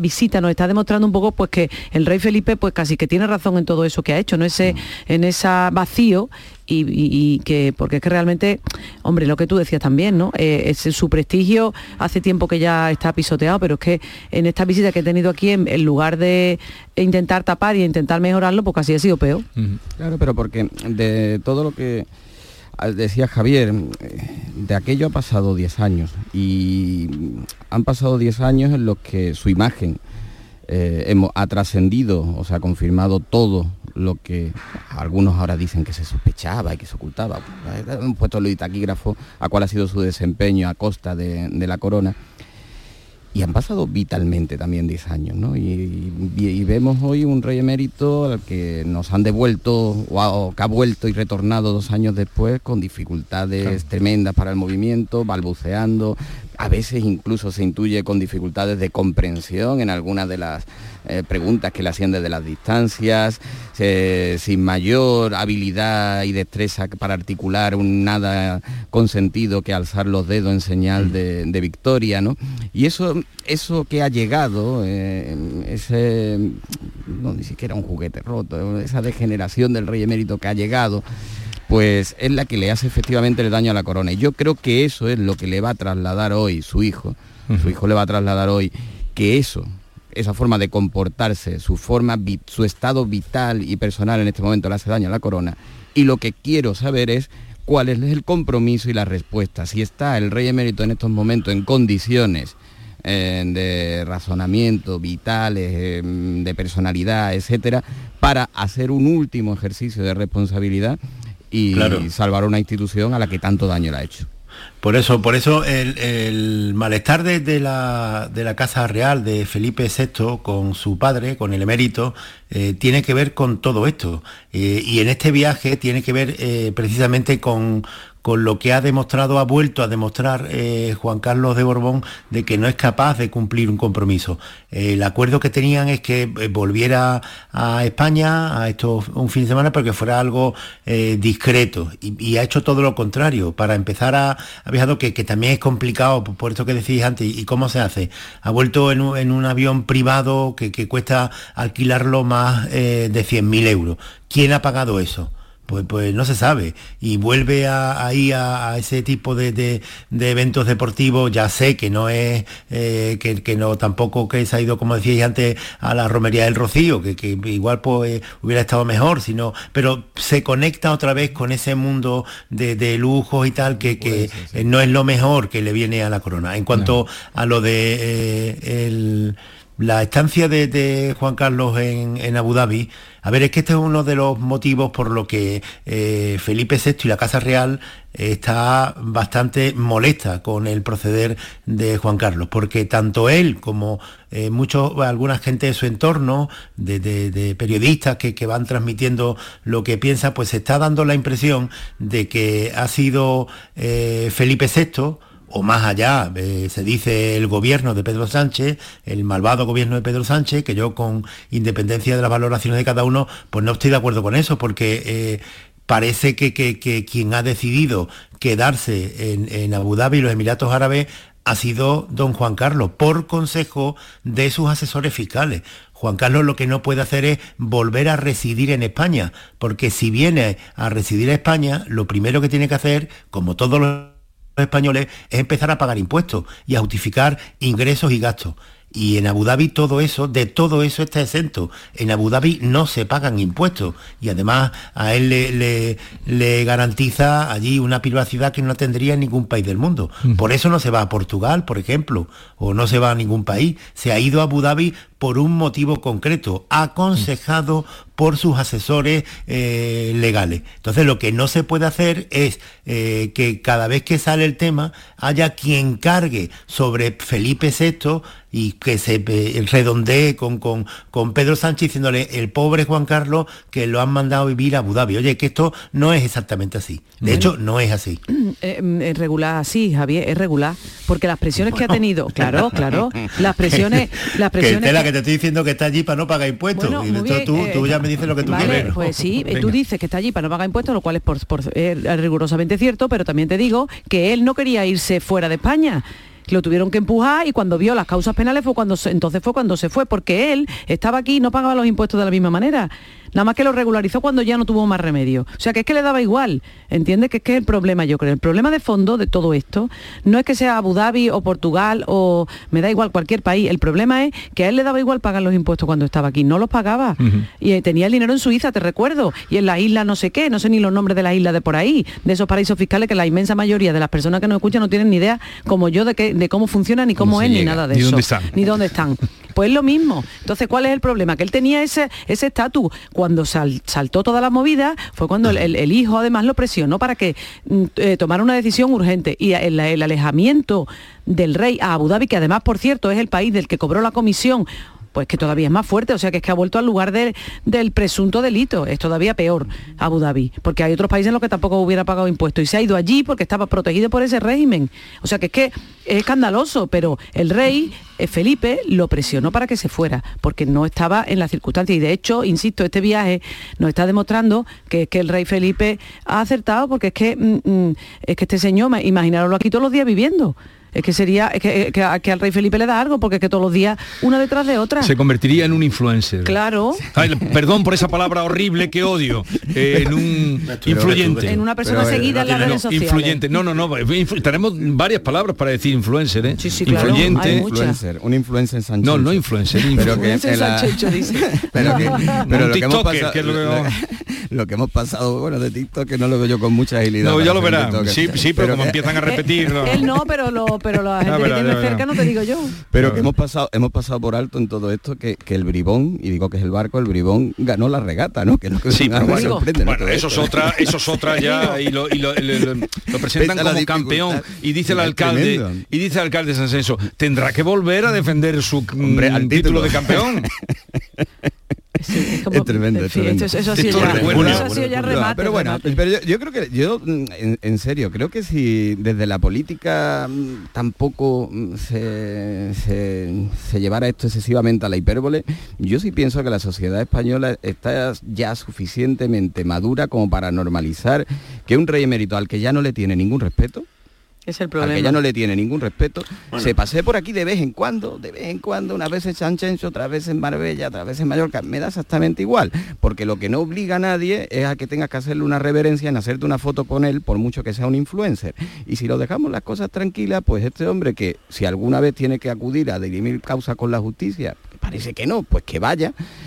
visita nos está demostrando un poco pues que el rey Felipe pues casi que tiene razón en todo eso que ha hecho, ¿no? Ese, en ese vacío. Y, y, y que porque es que realmente, hombre, lo que tú decías también, ¿no? Eh, es, su prestigio hace tiempo que ya está pisoteado, pero es que en esta visita que he tenido aquí, en, en lugar de intentar tapar y intentar mejorarlo, pues casi ha sido peor. Claro, pero porque de todo lo que decía Javier, de aquello ha pasado diez años y han pasado diez años en los que su imagen eh, hemos, ha trascendido, o sea, ha confirmado todo lo que algunos ahora dicen que se sospechaba y que se ocultaba. Han puesto el taquígrafo a cuál ha sido su desempeño a costa de, de la corona. Y han pasado vitalmente también diez años, ¿no? Y, y, y vemos hoy un rey emérito al que nos han devuelto, o, a, o que ha vuelto y retornado dos años después con dificultades claro. tremendas para el movimiento, balbuceando, a veces incluso se intuye con dificultades de comprensión en algunas de las eh, preguntas que le hacían desde las distancias, eh, sin mayor habilidad y destreza para articular un nada consentido que alzar los dedos en señal de, de victoria, ¿no? Y eso, eso que ha llegado, eh, ese, no, ni siquiera un juguete roto, esa degeneración del rey emérito que ha llegado, pues es la que le hace efectivamente el daño a la corona. Y yo creo que eso es lo que le va a trasladar hoy su hijo. Uh-huh. Su hijo le va a trasladar hoy que eso, esa forma de comportarse, su forma, su estado vital y personal en este momento le hace daño a la corona. Y lo que quiero saber es cuál es el compromiso y la respuesta. Si está el rey emérito en estos momentos en condiciones eh, de razonamiento, vitales, eh, de personalidad, etcétera, para hacer un último ejercicio de responsabilidad y claro. salvar una institución a la que tanto daño le ha hecho. Por eso, por eso el, el malestar de, de, la, de la Casa Real de Felipe sexto con su padre, con el emérito, eh, tiene que ver con todo esto. Eh, y en este viaje tiene que ver eh, precisamente con... con lo que ha demostrado, ha vuelto a demostrar eh, Juan Carlos de Borbón de que no es capaz de cumplir un compromiso. Eh, el acuerdo que tenían es que eh, volviera a España a esto un fin de semana, pero que fuera algo eh, discreto, y, y ha hecho todo lo contrario. Para empezar a, ha viajado, que, que también es complicado, por, por esto que decís antes, y cómo se hace. Ha vuelto en un, en un avión privado que, que cuesta alquilarlo más eh, de cien mil euros. ¿Quién ha pagado eso? Pues, pues no se sabe, y vuelve a, ahí a, a ese tipo de, de, de eventos deportivos. Ya sé que no es, eh, que, que no tampoco que se ha ido, como decíais antes, a la romería del Rocío, que, que igual pues hubiera estado mejor, sino, pero se conecta otra vez con ese mundo de, de lujos y tal, que, que ser, sí. eh, no es lo mejor que le viene a la corona. En cuanto no. a lo de eh, el... la estancia de, de Juan Carlos en, en Abu Dhabi, a ver, es que este es uno de los motivos por lo que eh, Felipe sexto y la Casa Real eh, está bastante molesta con el proceder de Juan Carlos, porque tanto él como eh, muchos, alguna gente de su entorno, de, de, de periodistas que, que van transmitiendo lo que piensa, pues se está dando la impresión de que ha sido eh, Felipe sexto, o más allá, eh, se dice el gobierno de Pedro Sánchez, el malvado gobierno de Pedro Sánchez, que yo, con independencia de las valoraciones de cada uno, pues no estoy de acuerdo con eso, porque eh, parece que, que, que quien ha decidido quedarse en, en Abu Dhabi y los Emiratos Árabes ha sido don Juan Carlos, por consejo de sus asesores fiscales. Juan Carlos lo que no puede hacer es volver a residir en España, porque si viene a residir a España, lo primero que tiene que hacer, como todos los españoles, es empezar a pagar impuestos y a justificar ingresos y gastos. Y en Abu Dhabi todo eso, de todo eso está exento. En Abu Dhabi no se pagan impuestos, y además a él le, le, le garantiza allí una privacidad que no tendría en ningún país del mundo. Uh-huh. Por eso no se va a Portugal, por ejemplo, o no se va a ningún país. Se ha ido a Abu Dhabi por un motivo concreto, aconsejado por sus asesores eh, legales. Entonces lo que no se puede hacer es eh, que cada vez que sale el tema haya quien cargue sobre Felipe sexto y que se eh, redondee con, con, con Pedro Sánchez diciéndole el pobre Juan Carlos que lo han mandado a vivir a Abu Dhabi. Oye, que esto no es exactamente así. De bueno, hecho, no es así. Es regular así, Javier, es regular, porque las presiones que ha tenido, claro, claro, las presiones... las presiones que, que te estoy diciendo que está allí para no pagar impuestos. Bueno, y bien, tú, eh, tú ya me dices lo que tú vale, quieres. Pues sí, Venga. Tú dices que está allí para no pagar impuestos, lo cual es, por, por, es rigurosamente cierto, pero también te digo que él no quería irse fuera de España, Lo tuvieron que empujar y cuando vio las causas penales fue cuando se, entonces fue cuando se fue, porque él estaba aquí y no pagaba los impuestos de la misma manera. Nada más que lo regularizó cuando ya no tuvo más remedio. O sea, que es que le daba igual. ¿Entiendes? Que es que es el problema, yo creo. El problema de fondo de todo esto no es que sea Abu Dhabi o Portugal o me da igual cualquier país. El problema es que a él le daba igual pagar los impuestos cuando estaba aquí. No los pagaba. Uh-huh. Y eh, tenía el dinero en Suiza, te recuerdo. Y en la isla no sé qué, no sé ni los nombres de las islas de por ahí, de esos paraísos fiscales que la inmensa mayoría de las personas que nos escuchan no tienen ni idea, como yo, de, que, de cómo funciona, ni cómo es, ni nada de ni eso. Dónde están. Ni dónde están. Pues es lo mismo. Entonces, ¿cuál es el problema? Que él tenía ese ese estatus. Cuando sal, saltó toda la movida, fue cuando el, el, el hijo además lo presionó para que eh, tomara una decisión urgente. Y el, el alejamiento del rey a Abu Dhabi, que además, por cierto, es el país del que cobró la comisión, pues que todavía es más fuerte, o sea que es que ha vuelto al lugar de, del presunto delito, es todavía peor Abu Dhabi, porque hay otros países en los que tampoco hubiera pagado impuestos y se ha ido allí porque estaba protegido por ese régimen, o sea que es que es escandaloso, pero el rey eh, Felipe lo presionó para que se fuera, porque no estaba en las circunstancias y de hecho, insisto, este viaje nos está demostrando que es que el rey Felipe ha acertado, porque es que, mm, mm, es que este señor, imaginaronlo aquí todos los días viviendo. Es que sería, es que, que, que al rey Felipe le da algo, porque es que todos los días, una detrás de otra. Se convertiría en un influencer. Claro. Ay, perdón por esa palabra horrible que odio. Eh, en un influyente. En una persona pero, seguida en las redes sociales. Influyente. No, no, no. Tenemos varias palabras para decir influencer, ¿eh? Sí, sí, claro. Influyente. Hay influencer. Un influencer en Sanchecho. No, no influencer. Pero que influencer en la... Sanchecho, dice. Pero que, pero lo que hemos pasado, que es lo, que lo, lo que hemos pasado, bueno, de TikTok, que no lo veo yo con mucha agilidad. No, ya lo verás. Sí, sí, pero, pero como que, empiezan a repetirlo. Él no, pero lo, pero la gente que tiene cerca no te digo yo. Pero no. que hemos pasado, hemos pasado por alto en todo esto que, que el Bribón, y digo que es el barco, el Bribón ganó la regata, ¿no? Que es lo que sí, pero bueno, sorprende, bueno ¿no? eso es otra, eso es otra ya, y lo, y lo, lo, lo, lo presentan como campeón, y dice el alcalde, tremendo. y dice el alcalde de San Censo, tendrá que volver a defender su Hombre, al título de campeón. Sí, es, como, es tremendo, es tremendo. Eso, eso ha sido ya, bueno, eso ha sido ya remate. Pero bueno, remate. pero yo, yo creo que yo, en, en serio, creo que si desde la política tampoco se, se, se llevara esto excesivamente a la hipérbole, yo sí pienso que la sociedad española está ya suficientemente madura como para normalizar que un rey emérito al que ya no le tiene ningún respeto, es el problema. Al que ya no le tiene ningún respeto, bueno. se pasee por aquí de vez en cuando, de vez en cuando, unas veces en San Censo, otras veces en Marbella, otras veces en Mallorca, me da exactamente igual, porque lo que no obliga a nadie es a que tengas que hacerle una reverencia en hacerte una foto con él, por mucho que sea un influencer. Y si lo dejamos las cosas tranquilas, pues este hombre que si alguna vez tiene que acudir a dirimir causa con la justicia, parece que no, pues que vaya.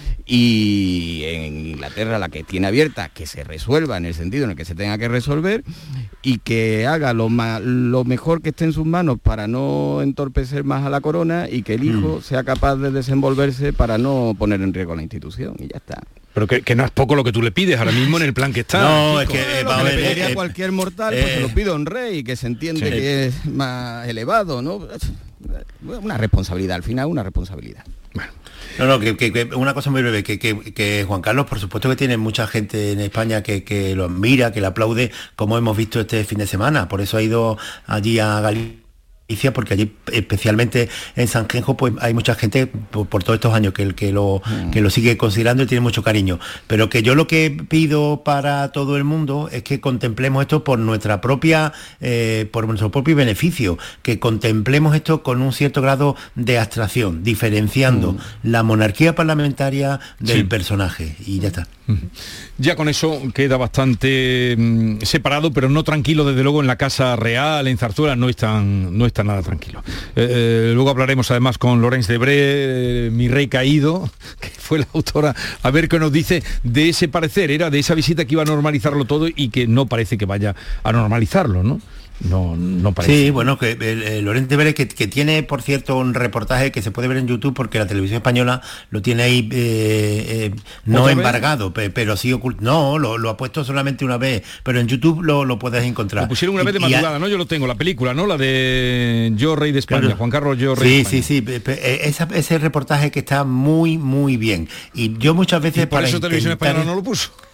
Y en Inglaterra la que tiene abierta, que se resuelva en el sentido en el que se tenga que resolver y que haga lo, ma lo mejor que esté en sus manos para no entorpecer más a la corona y que el hijo mm. sea capaz de desenvolverse para no poner en riesgo la institución y ya está. Pero que, que no es poco lo que tú le pides ahora mismo en el plan que está. No, chico. es que, eh, lo que le pediría a cualquier mortal, eh, pues se lo pido a un rey, que se entiende sí. que es más elevado, ¿no? Una responsabilidad, al final una responsabilidad. Bueno. No, no, que, que, que una cosa muy breve, que, que, que Juan Carlos, por supuesto que tiene mucha gente en España que, que lo admira, que le aplaude, como hemos visto este fin de semana. Por eso ha ido allí a Galicia, porque allí especialmente en Sanjenjo pues hay mucha gente por, por todos estos años que, que, lo, mm. que lo sigue considerando y tiene mucho cariño, pero que yo lo que pido para todo el mundo es que contemplemos esto por nuestra propia eh, por nuestro propio beneficio, que contemplemos esto con un cierto grado de abstracción, diferenciando mm. la monarquía parlamentaria del sí. personaje, y ya está. Ya con eso queda bastante mmm, separado, pero no tranquilo, desde luego en la Casa Real, en Zarzuela, no están, no está nada tranquilo. Eh, eh, luego hablaremos además con Laurence Debré, eh, Mi Rey Caído, que fue la autora, a ver qué nos dice de ese parecer, era de esa visita que iba a normalizarlo todo y que no parece que vaya a normalizarlo, ¿no? No, no parece. Sí, bueno, que eh, Laurence Debré, que, que tiene, por cierto, un reportaje que se puede ver en YouTube porque la televisión española lo tiene ahí eh, eh, no embargado, pe, pero sí oculto. No, lo, lo ha puesto solamente una vez, pero en YouTube lo, lo puedes encontrar. Lo pusieron una vez de madrugada, ¿no? Yo lo tengo, la película, ¿no? La de Yo, Rey de España, pero, Juan Carlos Yo, Rey sí, de España. Sí, sí, sí, esa, ese reportaje que está muy, muy bien. Y yo muchas veces... ¿Y por para eso intentar... Televisión Española no lo puso?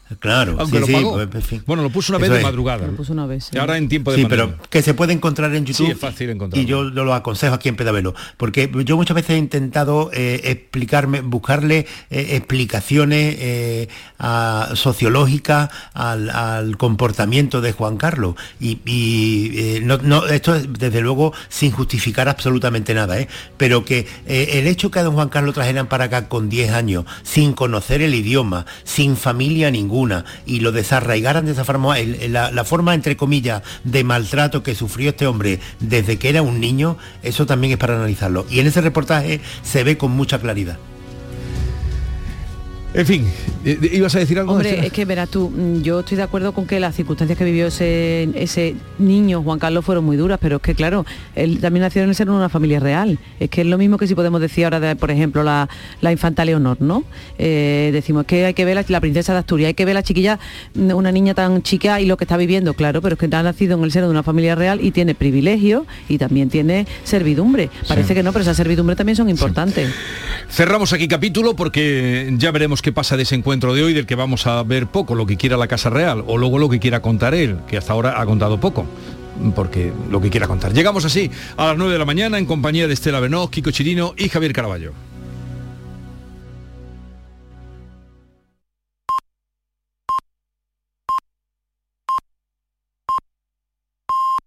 Claro, aunque sí, lo sí, pagó. pues, en fin. Bueno, lo puso una vez Eso de es. madrugada. Lo puso una vez. Sí. Y ahora en tiempo de Sí, pandemia. pero que se puede encontrar en YouTube. Sí, es fácil encontrarlo. Y yo lo, lo aconsejo aquí en Pedavelo, porque yo muchas veces he intentado eh, explicarme, buscarle eh, explicaciones eh, a, sociológicas al, al comportamiento de Juan Carlos. Y, y eh, no, no, esto es desde luego sin justificar absolutamente nada, ¿eh? Pero que eh, el hecho que a don Juan Carlos trajeran para acá con diez años, sin conocer el idioma, sin familia ninguna, y lo desarraigaran de esa forma, el, la, la forma, entre comillas, de maltrato que sufrió este hombre desde que era un niño, eso también es para analizarlo. Y en ese reportaje se ve con mucha claridad. En fin, ¿ibas a decir algo? Hombre, es que verás tú, yo estoy de acuerdo con que las circunstancias que vivió ese, ese niño, Juan Carlos, fueron muy duras, pero es que claro, él también nació en el seno de una familia real. Es que es lo mismo que si podemos decir ahora, de, por ejemplo, la, la infanta Leonor, ¿no? Eh, decimos que hay que ver la, la princesa de Asturias, hay que ver la chiquilla, una niña tan chica y lo que está viviendo, claro, pero es que ha nacido en el seno de una familia real y tiene privilegios y también tiene servidumbre. Parece sí. que no, pero esas servidumbre también son importantes. Sí. Cerramos aquí capítulo porque ya veremos qué pasa de ese encuentro de hoy, del que vamos a ver poco, lo que quiera la Casa Real, o luego lo que quiera contar él, que hasta ahora ha contado poco, porque lo que quiera contar. Llegamos así a las nueve de la mañana en compañía de Estela Benós, Kiko Chirino y Javier Caraballo.